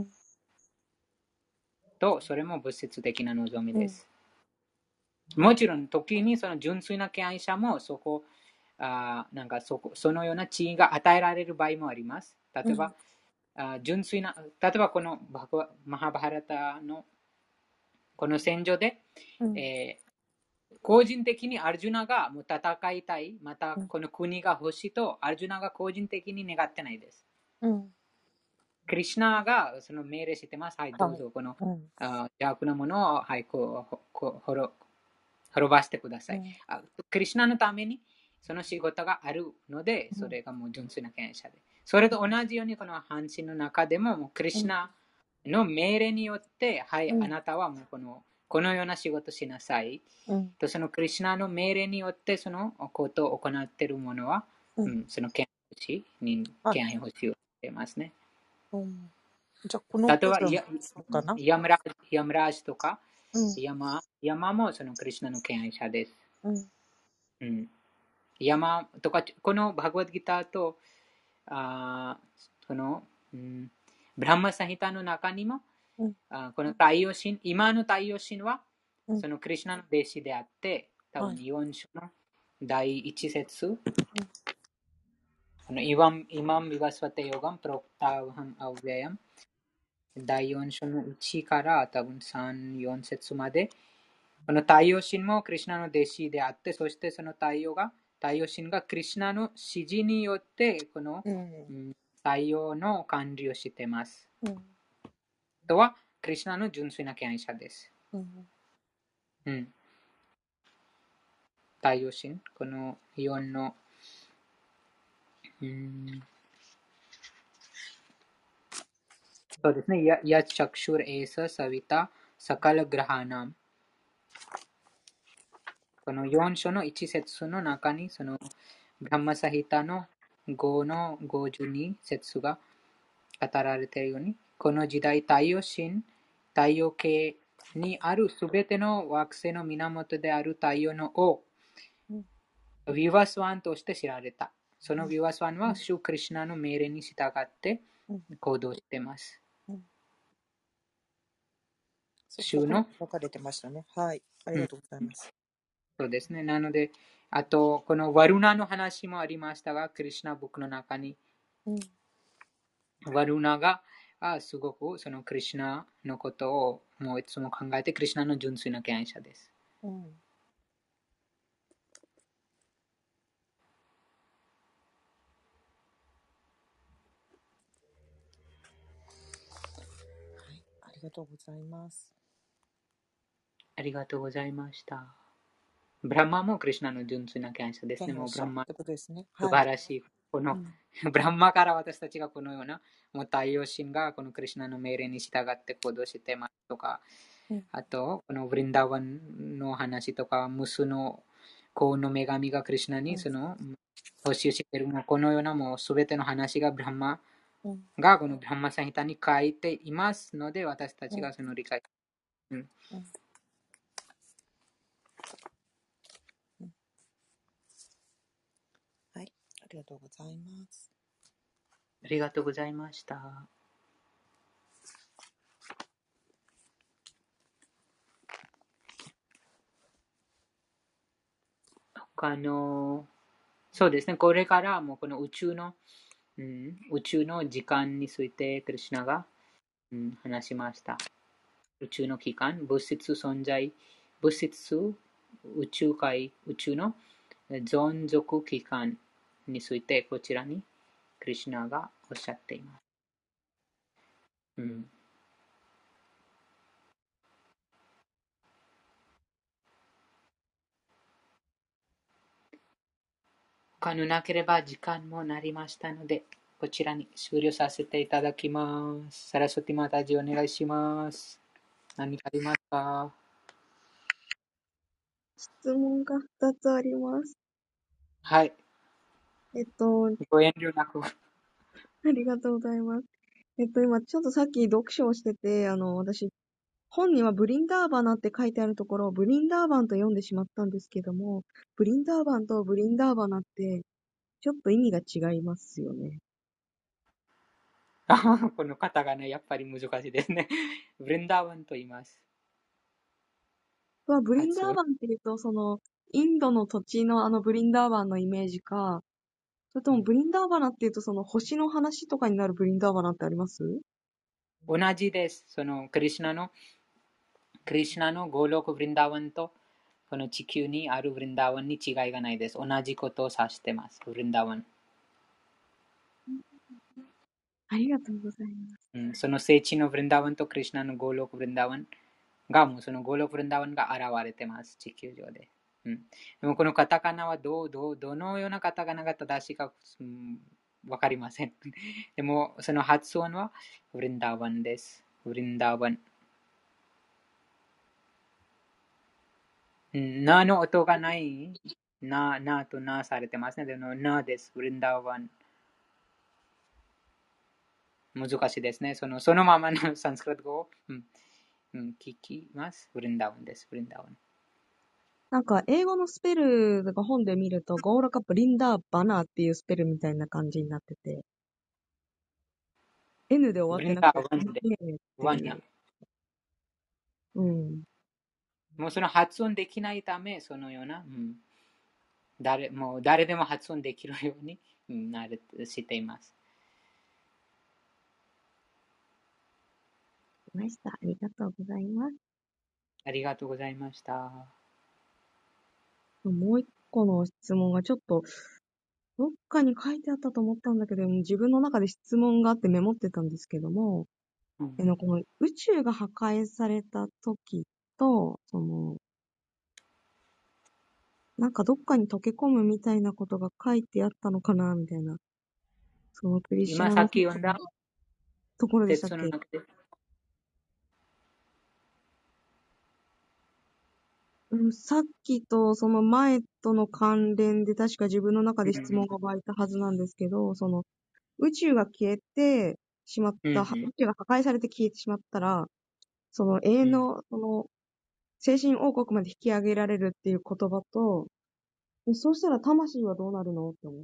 B: と、それも物質的な望み
G: うん。
B: です。もちろん、時にその純粋な敬愛者もそこ、あなんかそこそのような地位が与えられる場合もあります。例えば、あ純粋な、例えばこのバグワマハバハラタのこの戦場で、
G: うん。
B: えー個人的にアルジュナがもう戦いたい、またこの国が欲しいと、アルジュナが個人的に願ってないです。
G: うん。
B: クリシュナがその命令してます。はい、どうぞ、この、
G: うん。
B: あ邪悪なものを、はい、こう、こう滅滅ばしてください、
G: うん。
B: あ。クリシュナのためにその仕事があるので、それがもう純粋な権威者で。それと同じように、この半身の中でも、もうクリシュナの命令によって、はい、
G: うん。
B: あなたはもうこの、このような仕事しなさい。
G: うん。
B: とそのクリシュナの命令によってそのことを行っているものは、
G: う
B: うんん、その権威星に
G: はい。
B: 権威星をしてますね。
G: うん。じゃあ、この
B: 例え
G: ポジション、
B: ばや
G: そうかな。
B: ヤムラヤムラージとか
G: うん。
B: 山山もそのクリシュナの権威者です。
G: うん。
B: うん、山とかこのバグワッドギターとあこの、うん、ブランマサヒタの中にも、
G: うん。
B: あこの太陽神、今の太陽神は、
G: うん。
B: そのクリシュナの弟子であって、多分
G: はい。
B: よん章の第一節、
G: うん。
B: このイワン、イマンビバスワテヨガンプロクタウハンアウベヤン、第よん章のいちから多分さん、よん節まで、この太陽神もクリシュナの弟子であって、そしてその太陽が、太陽神がクリシュナの指示によって、この、
G: うん。
B: うん、太陽の管理をしています。
G: うん。
B: あとは、クリシュナの純粋な権威者です。
G: うん。
B: うん。太陽神、このよんの、うん、そうですね。や、やチャクシューエーサ、サビタ、サカラグラハナム。このよん章のいち節の中に、その、ブランマサヒタのごのごじゅうに節が語られているように、この時代、太陽神、太陽系にあるすべての惑星の源である太陽の王、
G: うん。
B: ヴィワスワンとして知られた。その
G: うん。
B: ヴィワスワンは、シュクリシュナの命令に従って
G: うん。
B: 行動しています。
G: うん。そっか、
B: シュの、
G: これ分かれてましたね。はい。あり
B: うん、
G: がとうございます。
B: そうですね。なので、あと、このワルナの話もありましたが、クリシュナブックの中に、
G: うん。
B: ワルナがあすごくそのクリシュナのことをもういつも考えて、クリシュナの純粋な権威者です。
G: うん。はい。ありがとうございます。
B: ありがとうございました。ブラマもクリシュナの純粋な権威者ですね。もうブラマ、
G: ってことですね。
B: 素
G: はい。
B: 晴らしい。この、
G: うん。
B: ブラマから私たちがこのような、もう太陽神がこのクリシュナの命令に従って行動してますとか、
G: うん。
B: あと、このブリンダーワンの話とか、ムスの幸運の女神がクリシュナ
G: うん。
B: にその、報酬している、もうこのようなもうすべての話がブラマ
G: うん。
B: がこのブラマサヒタに書いていますので、私たちがその理解。うん。
G: うん。うん。はい。ありがとうございます。
B: ありがとうございました。他の、そうですね、これからもこの宇宙の、うん、宇宙の時間についてクリシュナが、うん、話しました。宇宙の期間、物質存在、物質、宇宙界、宇宙の存続期間についてこちらにクリシュナがおっしゃっています。うん、他のなければ時間もなりましたので、こちらに終了させていただきます。サラソティマタジお願いします。何かありますか？
A: 質問がふたつあります。
B: はい。
A: えっと、
B: ご遠慮なく。
A: ありがとうございます。えっと、今ちょっとさっき読書をしてて、あの、私、 本にはブリンダーバナって書いてあるところをブリンダーバンと読んでしまったんですけども、ブリンダーバンとブリンダーバナってちょっと意味が違いますよね。
B: この方がね、やっぱり難しいですね。ブリンダーバンと言います。
A: はブリンダ
B: 発音。
A: ーバンっていうと、その、インドの土地のあのブリンダーバンのイメージか、それともブリンダーバナっていうと、その星の話とかになるブリンダーバナってあります？
B: 同じです。そのクリシュナの、クリシュナのゴーロークブリンダーバンと、この地球にあるブリンダーバンに違いがないです。同じことを指してます。ブリンダーバン。
A: ありがとうございます。
B: うん、その聖地のブリンダーバンとクリシュナのゴーロークブリンダーバンが、もうそのゴーロークブリンダーバンが現れてます。地球上で。うん、でもこのカタカナはどう、どう、どのようなカタカナが正しいか、うん、わかりません。でも、その発音はブリンダーバンです。ブリンダーバン。なの音がない。な、なとなされてますね。でも、なです。ブリンダーバン。難しいですね。その、そのままのサンスクリット語を、うんうん、聞きます。ブリンダーバンです。ブリンダーバン。
A: なんか、英語のスペルが本で見ると、ゴーラカブリンダーバナーっていうスペルみたいな感じになってて、N で終わ
B: ブリン
A: ってなくて、
B: ダーバンで。
A: N って
B: ワンナ。
A: いう。うん。
B: もうその発音できないため、そのような、うん、誰もう誰でも発音できるように、うん、なるしています。
A: 来ました。ありがとうございます。
B: ありがとうございました。
A: もう一個の質問がちょっと、どっかに書いてあったと思ったんだけど、自分の中で質問があってメモってたんですけども、
B: うん、
A: あの、この宇宙が破壊された時と、その、なんかどっかに溶け込むみたいなことが書いてあったのかな、みたいな。そのクリシュ
B: 今さ
A: ナの
B: っき読んだ
A: ところでしたっけ？
B: 説の中で、
A: うん、さっきとその前との関連で確か自分の中で質
B: うん
A: 問が湧いたはずなんですけど、その宇宙が消えてしまっ
B: うん
A: た、宇宙が破壊されて消えてしまったら、その永遠の、その、精神王国まで引き上げられるっていう言葉と、でそうしたら魂はどうなるのって思って。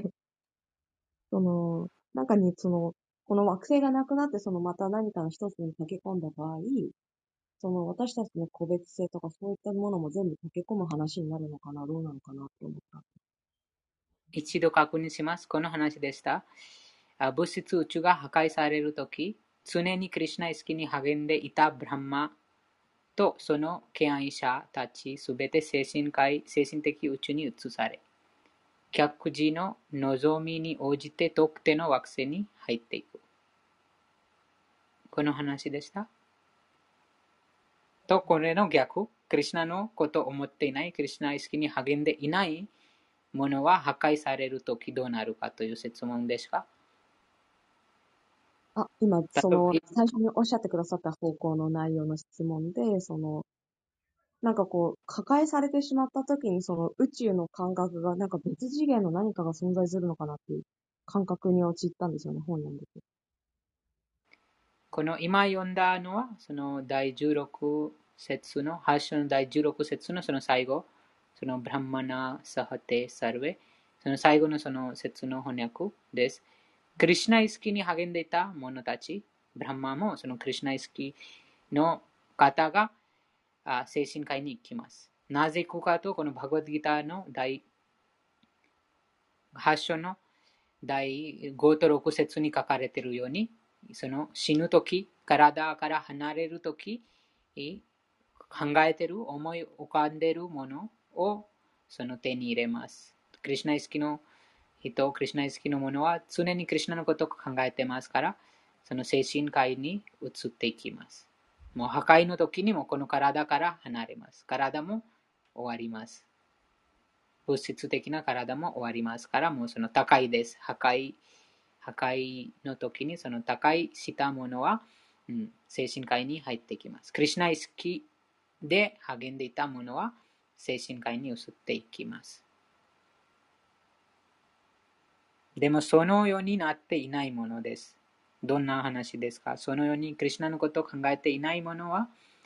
A: その、中にその、この惑星がなくなってそのまた何かの一つに溶け込んだ場合、その私たちの個別性とかそういったものも全部溶け込む話になるのかな、どうなのかなって思った。
B: 一度確認します。この話でした。物質宇宙が破壊されるとき、常にクリシュナ意識に励んでいたブランマとその敬愛者たちすべて精神界、精神的宇宙に移され、客人の望みに応じて特定の惑星に入っていく。この話でした。と、これの逆、クリシュナのことを思っていない、クリシュナ意識に励んでいないものは破壊されるときどうなるかという質問ですか？
A: あ、今、その、
B: 例え
A: 最初におっしゃってくださった方向の内容の質問で、その、なんかこう、破壊されてしまった時に、その宇宙の感覚が、なんか別次元の何かが存在するのかなっていう感覚に陥ったんですよね、本読んでて。
B: この今読んだのは、その第じゅうろく節の、発祥の第じゅうろく節のその最後、そのブランマナ・サハテ・サルベ、その最後のその節の翻訳です。クリシュナ意識に励んでいた者たち、ブランマもそのクリシュナ意識の方が精神科医に行きます。なぜ行くかと、このバガヴァッドギターの第発祥の第ごとろく節に書かれているように、その死ぬとき、体から離れるとき、考えている、思い浮かんでいるものをその手に入れます。クリシュナ意識の人、クリシュナ意識のものは常にクリシュナのことを考えてますから、その精神界に移っていきます。もう破壊の時にもこの体から離れます。体も終わります。物質的な体も終わりますから、もうその高いです。破壊、破壊の時にその高いしたものは、うん、精神界に入ってきます。クリシュナ意識で励んでいたものは精神界に移っていきます。でもそのようになっていないものです。どんな話ですか？そのようにクリシュナのことを考えていないものは、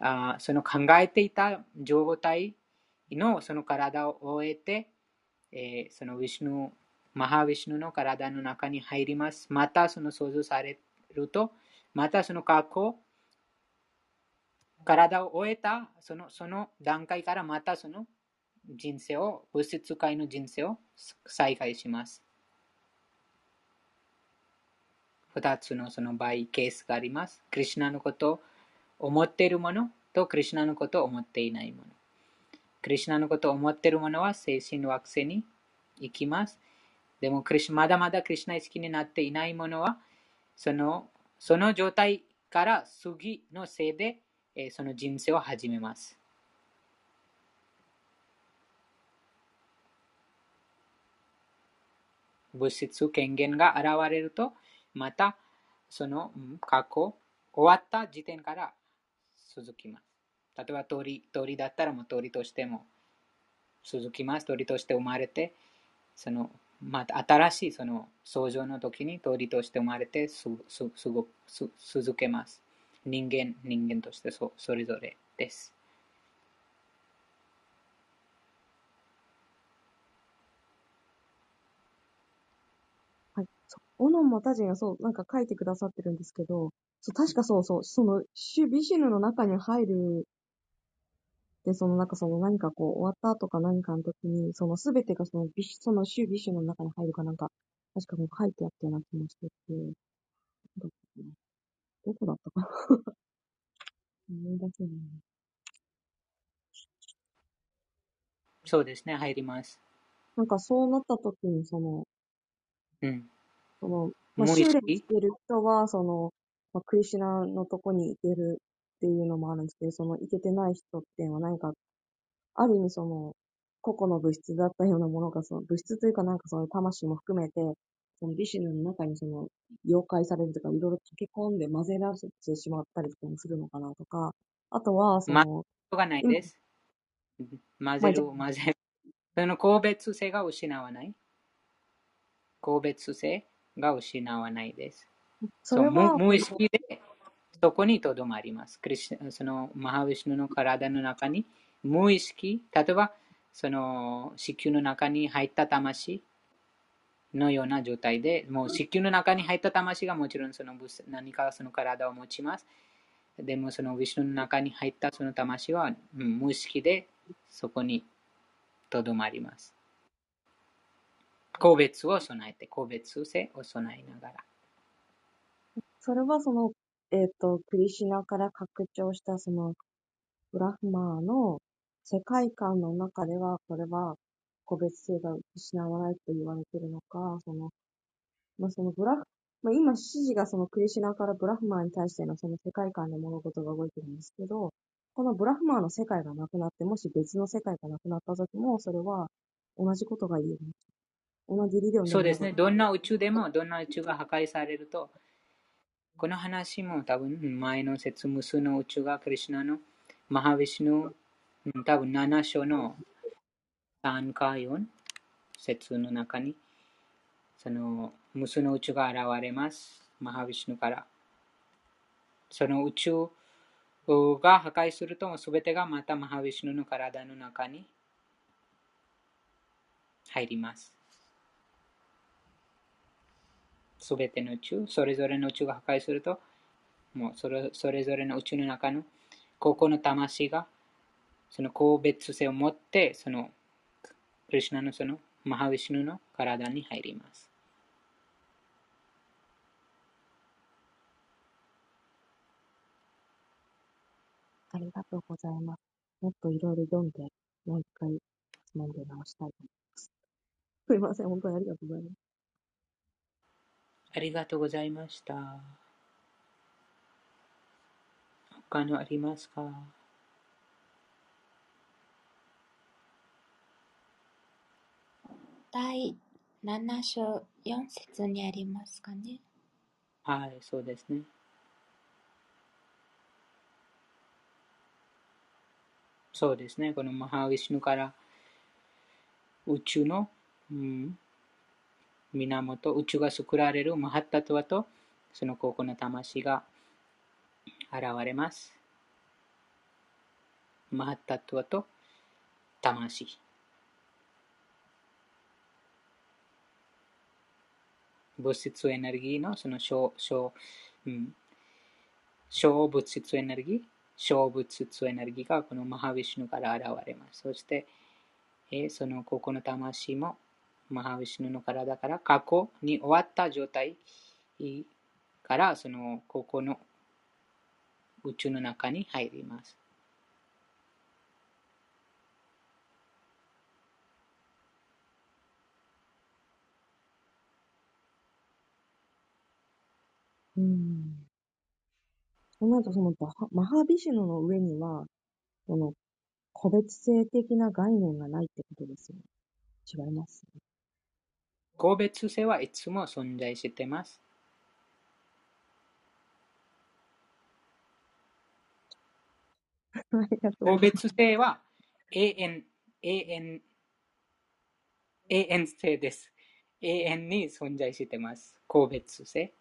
B: あその考えていた状態のその体を終えて、えー、そのヴィシュヌ、マハヴィシュヌの体の中に入ります。またその想像されると、またその過去、体を終えたそのその段階からまたその人生を、物質界の人生を再開します。二つのその場合、ケースがあります。クリシュナのことを思っているものとクリシュナのことを思っていないもの。クリシュナのことを思っているものは精神惑星に行きます。でもクリシュまだまだクリシュナ意識になっていないものは、そのその状態から次のせいで、えー、その人生を始めます。物質権限が現れると、またその過去、終わった時点から続きます。例えば鳥、鳥だったらもう鳥としても続きます。鳥として生まれて、そのまた新しいその創造の時に鳥として生まれてすすすごす続けます。人間、人間として そ, それぞれです。
A: はい。オノンマタジンがそう、なんか書いてくださってるんですけど、そう確かそうそう、その、シュビシュヌの中に入る、で、そのなんかその何かこう終わった後か何かの時に、そのすべてがそのビシュ、そのシュビシュヌの中に入るかなんか、確かもう書いてあったような気もしてて、どこだったかなどこだったかな思い出せない。
B: そうですね、入ります。
A: なんかそうなった時に、その、
B: うん。
A: その、まあ、
B: 無意
A: 修練し
B: 識
A: てる人は、その、まあ、クリシュナのとこに行けるっていうのもあるんですけど、その行けてない人っていうのは何か、ある意味その、個々の物質だったようなものが、その物質というかなんかその魂も含めて、そのビシュヌの中にその、溶解されるとか、いろいろ溶け込んで混ぜられてしまったりとかもするのかなとか、あとは、そ
B: 混ぜる
A: の、
B: ことがない
A: 今、
B: です。混
A: まあ、じゃ
B: ぜる、混ぜる。その個別性が失わない。個別性が失わないです。そう、無
A: それは、
B: 無意識でそこにとどまります。クリシュそのマハヴィシュヌの体の中に無意識、例えばその子宮の中に入った魂のような状態で、もう子宮の中に入った魂がもちろんその何かその体を持ちます。でもそのヴィシュヌの中に入ったその魂は、うん、無意識でそこにとどまります。個別を備えて、個別性を備えながら。
A: それはその、えっと、クリシュナから拡張したその、ブラフマーの世界観の中では、これは個別性が失わないと言われているのか、その、まあ、そのブラフ、まあ、今指示がそのクリシュナからブラフマーに対してのその世界観で物事が動いてるんですけど、このブラフマーの世界がなくなって、もし別の世界がなくなった時も、それは同じことが言える。同じ理論で
B: そうですね。
A: 物事が。
B: どんな宇宙でも、どんな宇宙が破壊されると、この話も多分前の説無数の宇宙がクリシュナのマハヴィシュヌ、多分なな章のさんかよん節の中に、その無数の宇宙が現れます。マハヴィシュヌから。その宇宙が破壊すると、すべてがまたマハヴィシュヌの体の中に入ります。すべての宇宙、それぞれの宇宙が破壊すると、もうそれそれぞれの宇宙の中の個々の魂がその個別性を持って、そのクリシュナのそのマハヴィシュヌの体に入ります。
A: ありがとうございます。もっといろいろ読んで、もう一回読んで直したいと思います。すいません、本当にありがとうございます。
B: ありがとうございました。他のありますか？
C: だいなな章よん節にありますかね。
B: はい、そうですね。そうですね。このマハヴィシュヌから宇宙の、うん、源、宇宙が作られるマハッタトワと、その個々の魂が現れます。 マハタトゥワと魂。物質エネルギーのその小、小、うん、小物質エネルギー、小物質エネルギーがこのマハヴィシュヌから現れます。そして、えー、そのここの魂もマハヴィシュヌの体から過去に終わった状態からそのここの宇宙の中に入ります。
A: うん。そうなると、そのバハマハビシュヌの上には、その個別性的な概念がないってことですよね。違います。
B: 個別性はいつも存在しています。
A: ありがとう
B: 個
A: ございます。
B: 別性は永遠、永遠、永遠性です。永遠に存在しています。個別性。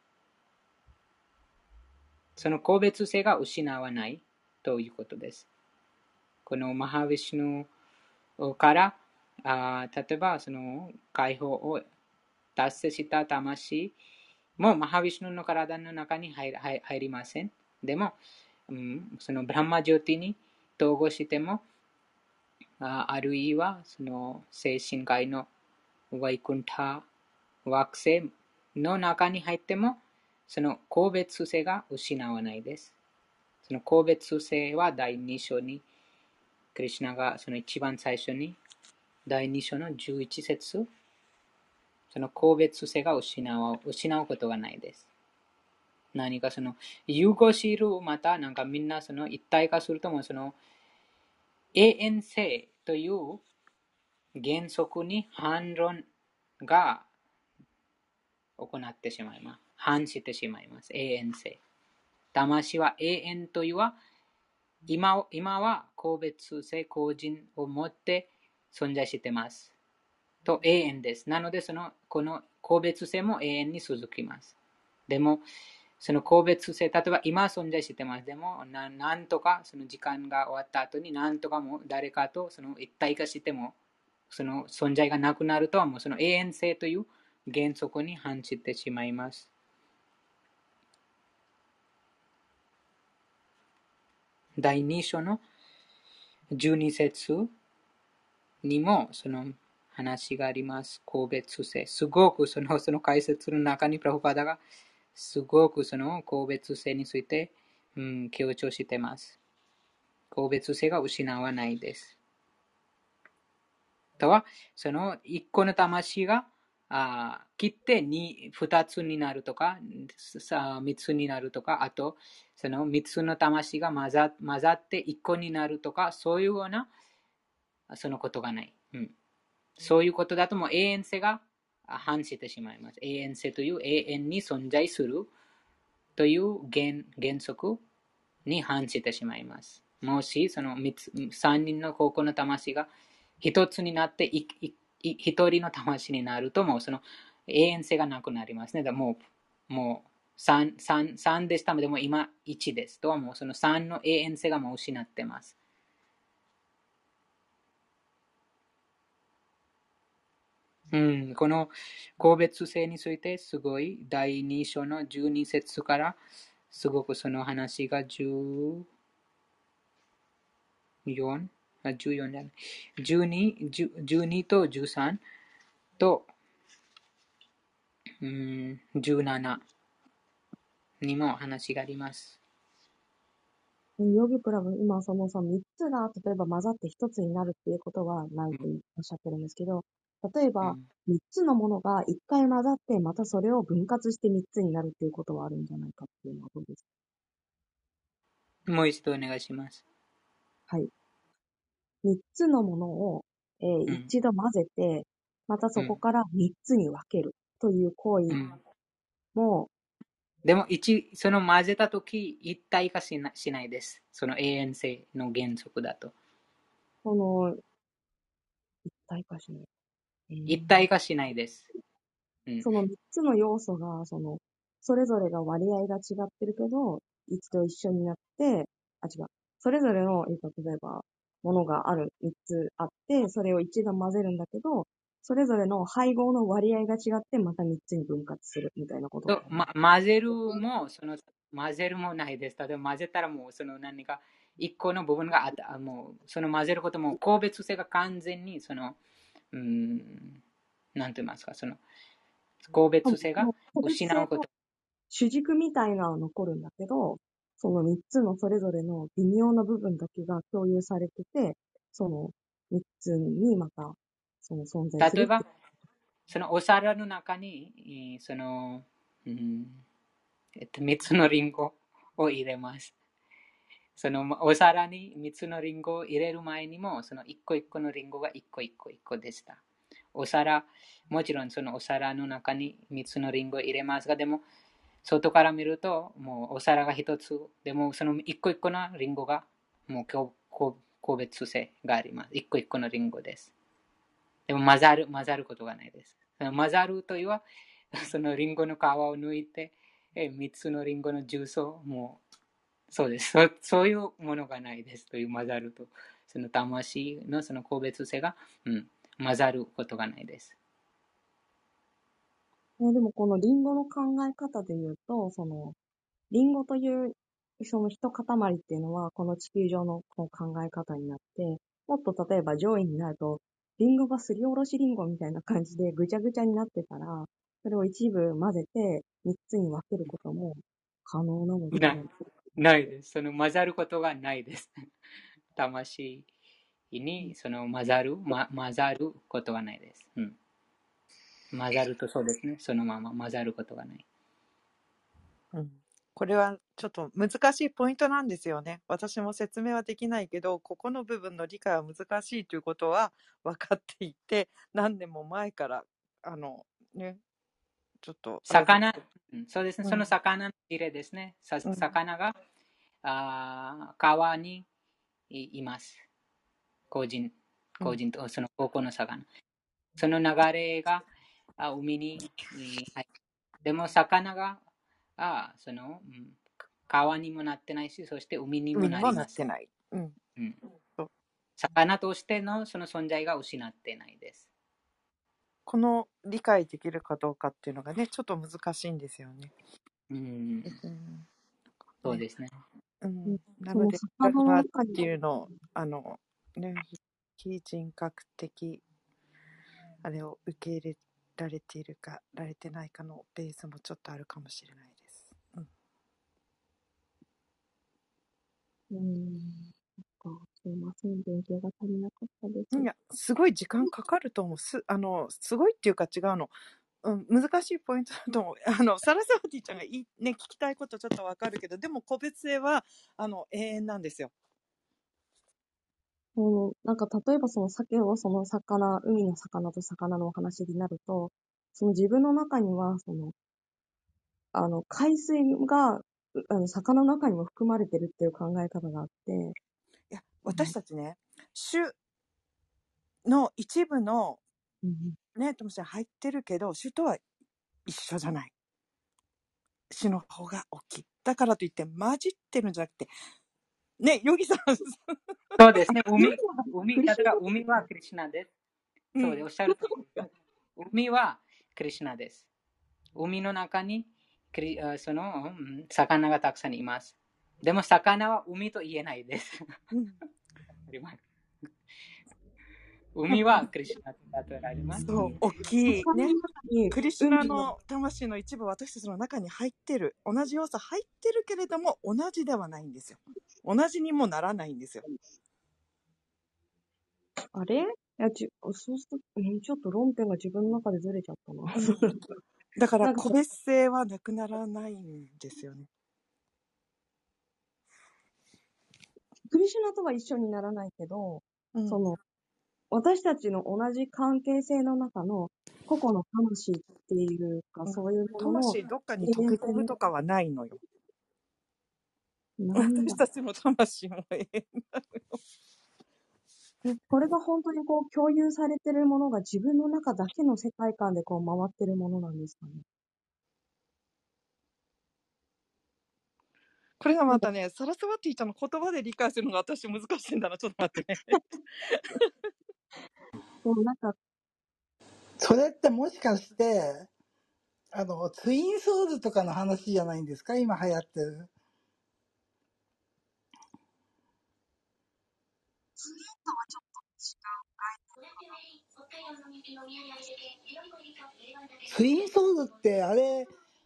B: その個別性が失わないということです。このマハヴィシュヌからあ例えばその解放を達成した魂もマハヴィシュヌの体の中に 入, 入りません。でも、うん、そのブランマジョティに統合しても あ, あるいはその精神界のワイクンタ惑星の中に入ってもその個別性が失わないです。その個別性はだいに章にクリシュナがその一番最初にだいに章のじゅういち節その個別性が失う、失うことがないです。何かその融合しるまたなんかみんなその一体化するともその永遠性という原則に反論が行ってしまいます。反してしまいます。永遠性。魂は永遠というは今、今は個別性、個人を持って存在しています。と永遠です。なので、その、この個別性も永遠に続きます。でも、その個別性、例えば今存在しています。でも、ななんとかその時間が終わった後に、なんとかも誰かとその一体化しても、その存在がなくなるとはもうその永遠性という原則に反してしまいます。だいに章のじゅうに節にもその話があります。個別性。すごくそのその解説の中にプラフパダがすごくその個別性について、うん、強調しています。個別性が失わないです。とは、その一個の魂があ切ってに二つになるとか、三つになるとか、あとその三つの魂が混ざ混ざって一個になるとか、そういうようなそのことがない。うん、そういうことだともう永遠性が反してしまいます。永遠性という永遠に存在するという原原則に反してしまいます。もしその三人の高校の魂が一つになって一人の魂になるともうその永遠性がなくなりますね。だもうもう 3, 3, 3でしたのでも今いちですとはもうそのさんの永遠性がもう失っています。うん、この個別性についてすごいだいに章のじゅうに節からすごくその話がじゅうよん、あじゅうよんじゃない、じゅうに、じゅうにとじゅうさんと、うん、じゅうななにも話があります。
A: ヨギプラブ、今そのさ、三つが例えば混ざって一つになるっていうことはないとおっしゃってるんですけど、例えば三つのものが一回混ざってまたそれを分割して三つになるっていうことはあるんじゃないかっていうのはどうです
B: か？もう一度お願いします。
A: はい。三つのものを、えーうん、一度混ぜて、またそこから三つに分けるという行為も、
B: うん、でも一、その混ぜたとき一体化しな、しないです。その永遠性の原則だと。
A: その、一体化しない。
B: えー、一体化しないです。
A: うん、その三つの要素が、その、それぞれが割合が違ってるけど、一度一緒になって、あ、違う。それぞれの、えっと、例えば、 ものがある、みっつあって、それを一度混ぜるんだけど、それぞれの配合の割合が違って、またみっつに分割するみたいなことが
B: と、ま、混ぜるも、その、混ぜるもないです。例えば混ぜたらもう、その何か、一個の部分があった、もう、その混ぜることも、個別性が完全に、その、うーん、なんて言いますか、その、個別性が
A: 個別性の
B: 失うこと。
A: 主軸みたいなのは残るんだけど、そのみっつのそれぞれの微妙な部分だけが共有されてて、そのみっつにまた、その存在する。
B: 例えば、そのお皿の中に、その、うん、えっと、みっつのリンゴを入れます。そのお皿にみっつのリンゴを入れる前にも、そのいっこいっこのリンゴがいっこいっこいっこでした。お皿、もちろんそのお皿の中にみっつのリンゴを入れますが、でも、外から見ると、もうお皿がひとつ、でもそのいっこいっこのリンゴが、もう個別性があります。いっこいっこのリンゴです。でも混ざる、混ざることがないです。混ざるというのは、そのリンゴの皮を抜いて、みっつのリンゴのジュースをもう、そうですそ。そういうものがないですという混ざると。その魂のその個別性が、うん、混ざることがないです。
A: でもこのリンゴの考え方で言うと、その、リンゴというその一塊っていうのは、この地球上のこの考え方になって、もっと例えば上位になると、リンゴがすりおろしリンゴみたいな感じでぐちゃぐちゃになってたら、それを一部混ぜて三つに分けることも可能なのではないか。
B: ないです。その混ざることがないです。魂にその混ざる、ま、混ざることがないです。うん。混ざるとそうですね。そのまま混ざることがない。
G: うん、これはちょっと難しいポイントなんですよね。私も説明はできないけど、ここの部分の理解は難しいということは分かっていて、何年も前からあのね、ちょっと
B: 魚、うん、そうですね。
G: うん、
B: その魚の事例ですね。さ魚が、うん、あ川に い, います。個人、個人と、その高校の魚。その流れがあ海に入って、でも魚があその、うん、川にもなってないし、そして海にもなります。
G: 海にもなってない。うん
B: うん、魚としてのその存在が失ってないです。
G: この理解できるかどうかっていうのがね、ちょっと難しいんですよね。
B: うん、うん、そうですね。
G: うん、なので、ブラフマっていうのを、あの、ね、非人格的、あれを受け入れられているか、られてないかのベースもちょっとあるかもしれないです。
A: うん。うんすいません、勉強が足りなかったです。
G: いや、すごい時間かかると思う。す、あの、すごいっていうか違うの。うん、難しいポイントだと思う。あの、サラサワティちゃんがいい、ね、聞きたいことちょっとわかるけど、でも個別性は、あの、永遠なんですよ。
A: うん、なんか例えばその鮭をその魚、海の魚と魚のお話になると、その自分の中には、その、あの、海水が、あの、魚の中にも含まれてるっていう考え方があって。い
G: や、私たちね、種の一部の、ね、ともし入ってるけど、種とは一緒じゃない。種の方が大きい。だからといって混じってるんじゃなくて、ね、ヨギさん。
B: そうですね。海、海、だから海はクリシュナです。そうでおっしゃるとおり。海はクリシュナです。海の中にその魚がたくさんいます。でも魚は海と言えないです。海はクリシュナと例えられます。
G: そう、大きいね。クリシュナの魂の一部は私たちの中に入ってる。同じ要素入ってるけれども、同じではないんですよ。同じにもならないんですよ。
A: あれいやちそうすると、ちょっと論点が自分の中でずれちゃったな。
G: だから個別性はなくならないんですよね。
A: クリシュナとは一緒にならないけど、うん、その、私たちの同じ関係性の中の個々の魂っていうか、うん、そういうものの。
G: 魂どっかに溶け込むとかはないのよ。私たちの魂も永遠なのよ。
A: これが本当にこう共有されてるものが自分の中だけの世界観でこう回ってるものなんですかね。
G: これがまたね、サラスワティちゃんの言葉で理解するのが私難しいんだな。ちょっと待ってね。
A: でもなんか、
J: それってもしかして、あの、ツインソールとかの話じゃないんですか？今流行ってる。ツインソールってあれ、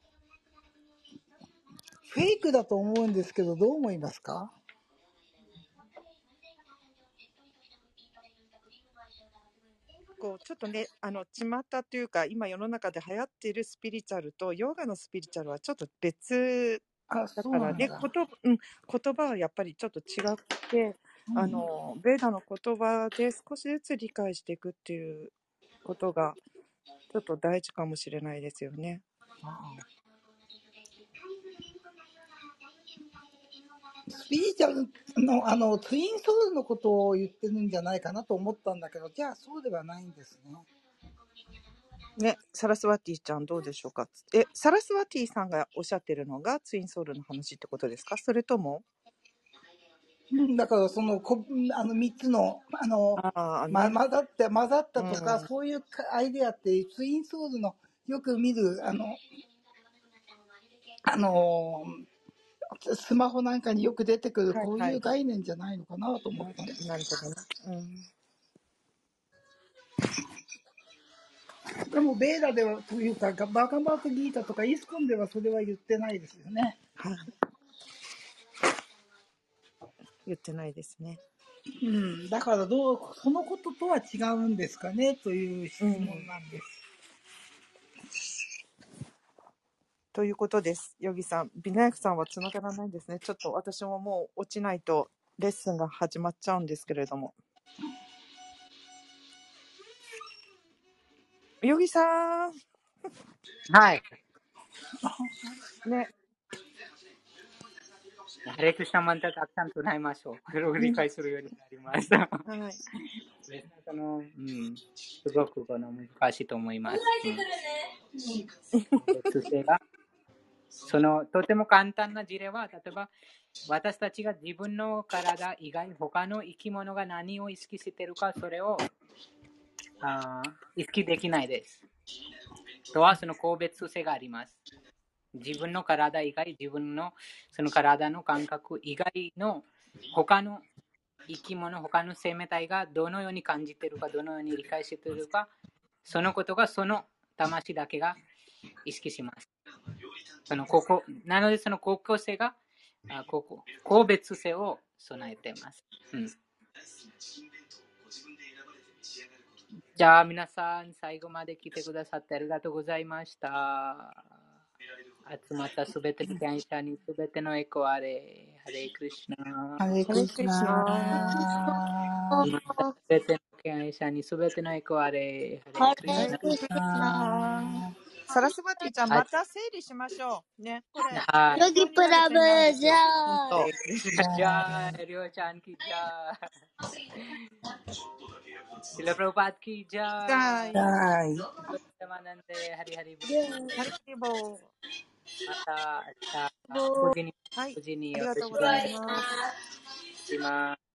J: フェイクだと思うんですけど、どう思いますか？
G: こうちょっとね、あの、巷というか、今世の中で流行っているスピリチュアルと、ヨガのスピリチュアルはちょっと別
J: あ、
G: だ
J: そう
G: からね、
J: なんだ。
G: 言葉、うん、言葉はやっぱりちょっと違って、あの、ベーダの言葉で少しずつ理解していくっていうことが、ちょっと大事かもしれないですよね。
J: スピリチュアルの、あの、ツインソールのことを言ってるんじゃないかなと思ったんだけど、じゃあそうではないんですね。
G: ね、サラスワティちゃんどうでしょうか。え、サラスワティさんがおっしゃってるのがツインソウルの話ってことですか？それとも
J: だからそのこあのみっつのあの、
G: あ、
J: ま、
G: ね、
J: 混ざって混ざったとか、
G: うん、
J: そういうアイデアってツインソールのよく見るあのあのスマホなんかによく出てくるこういう
G: はいはい。
J: 概念じゃないのかなと思ったんです。
G: なるほどね。うん、
J: でもベーダではというかバガバートギータとかイスコンではそれは言ってないですよね。
G: はい。言ってないですね。
J: うん、だからどうそのこととは違うんですかねという質問なんです。
G: うん、ということです。ヨギさん、ビナヤクさんはつながらないんですね。ちょっと私ももう落ちないとレッスンが始まっちゃうんですけれども。ヨギさん。
B: はい。
G: ね。
B: ハレクリシナマンタたくさん唱えましょう。これを理解するようになりました。
G: はい。
B: その、うん、すごくこの難しいと思います。うん、別性がそのとても簡単な事例は、例えば私たちが自分の体以外他の生き物が何を意識しているか、それをあ意識できないです。とはその個別性があります。自分の体以外、自分のその体の感覚以外の他の生き物、他の生命体がどのように感じているか、どのように理解しているか、そのことがその魂だけが意識します。そのここなので、その高校生があここ個別性を備えています。うん、じゃあ皆さん、最後まで来てくださってありがとうございました。集まったすべての感謝にすべてのエコあれ。ハレクリシナ。
J: ハレクリシナ。
B: 集まったすべての感謝にすべてのエコあれ。ハレクリシナ。
I: ハレクリシナ。
G: サラスバティちゃん、また整理しましょう。ね。これ、
B: はい。
I: ヨギプラブ、じゃ
B: そう。
I: あ。
B: じゃあ、リョウちゃんきじゃあ。シラプラパーきじゃあ。
G: はい。
J: はい。
B: ハリハリボ
G: ハリハリボー。
B: また明日、無事に、
G: はい。
B: 無事に
G: ありがとうご
B: よろしくお願い
G: ざいます。
B: します。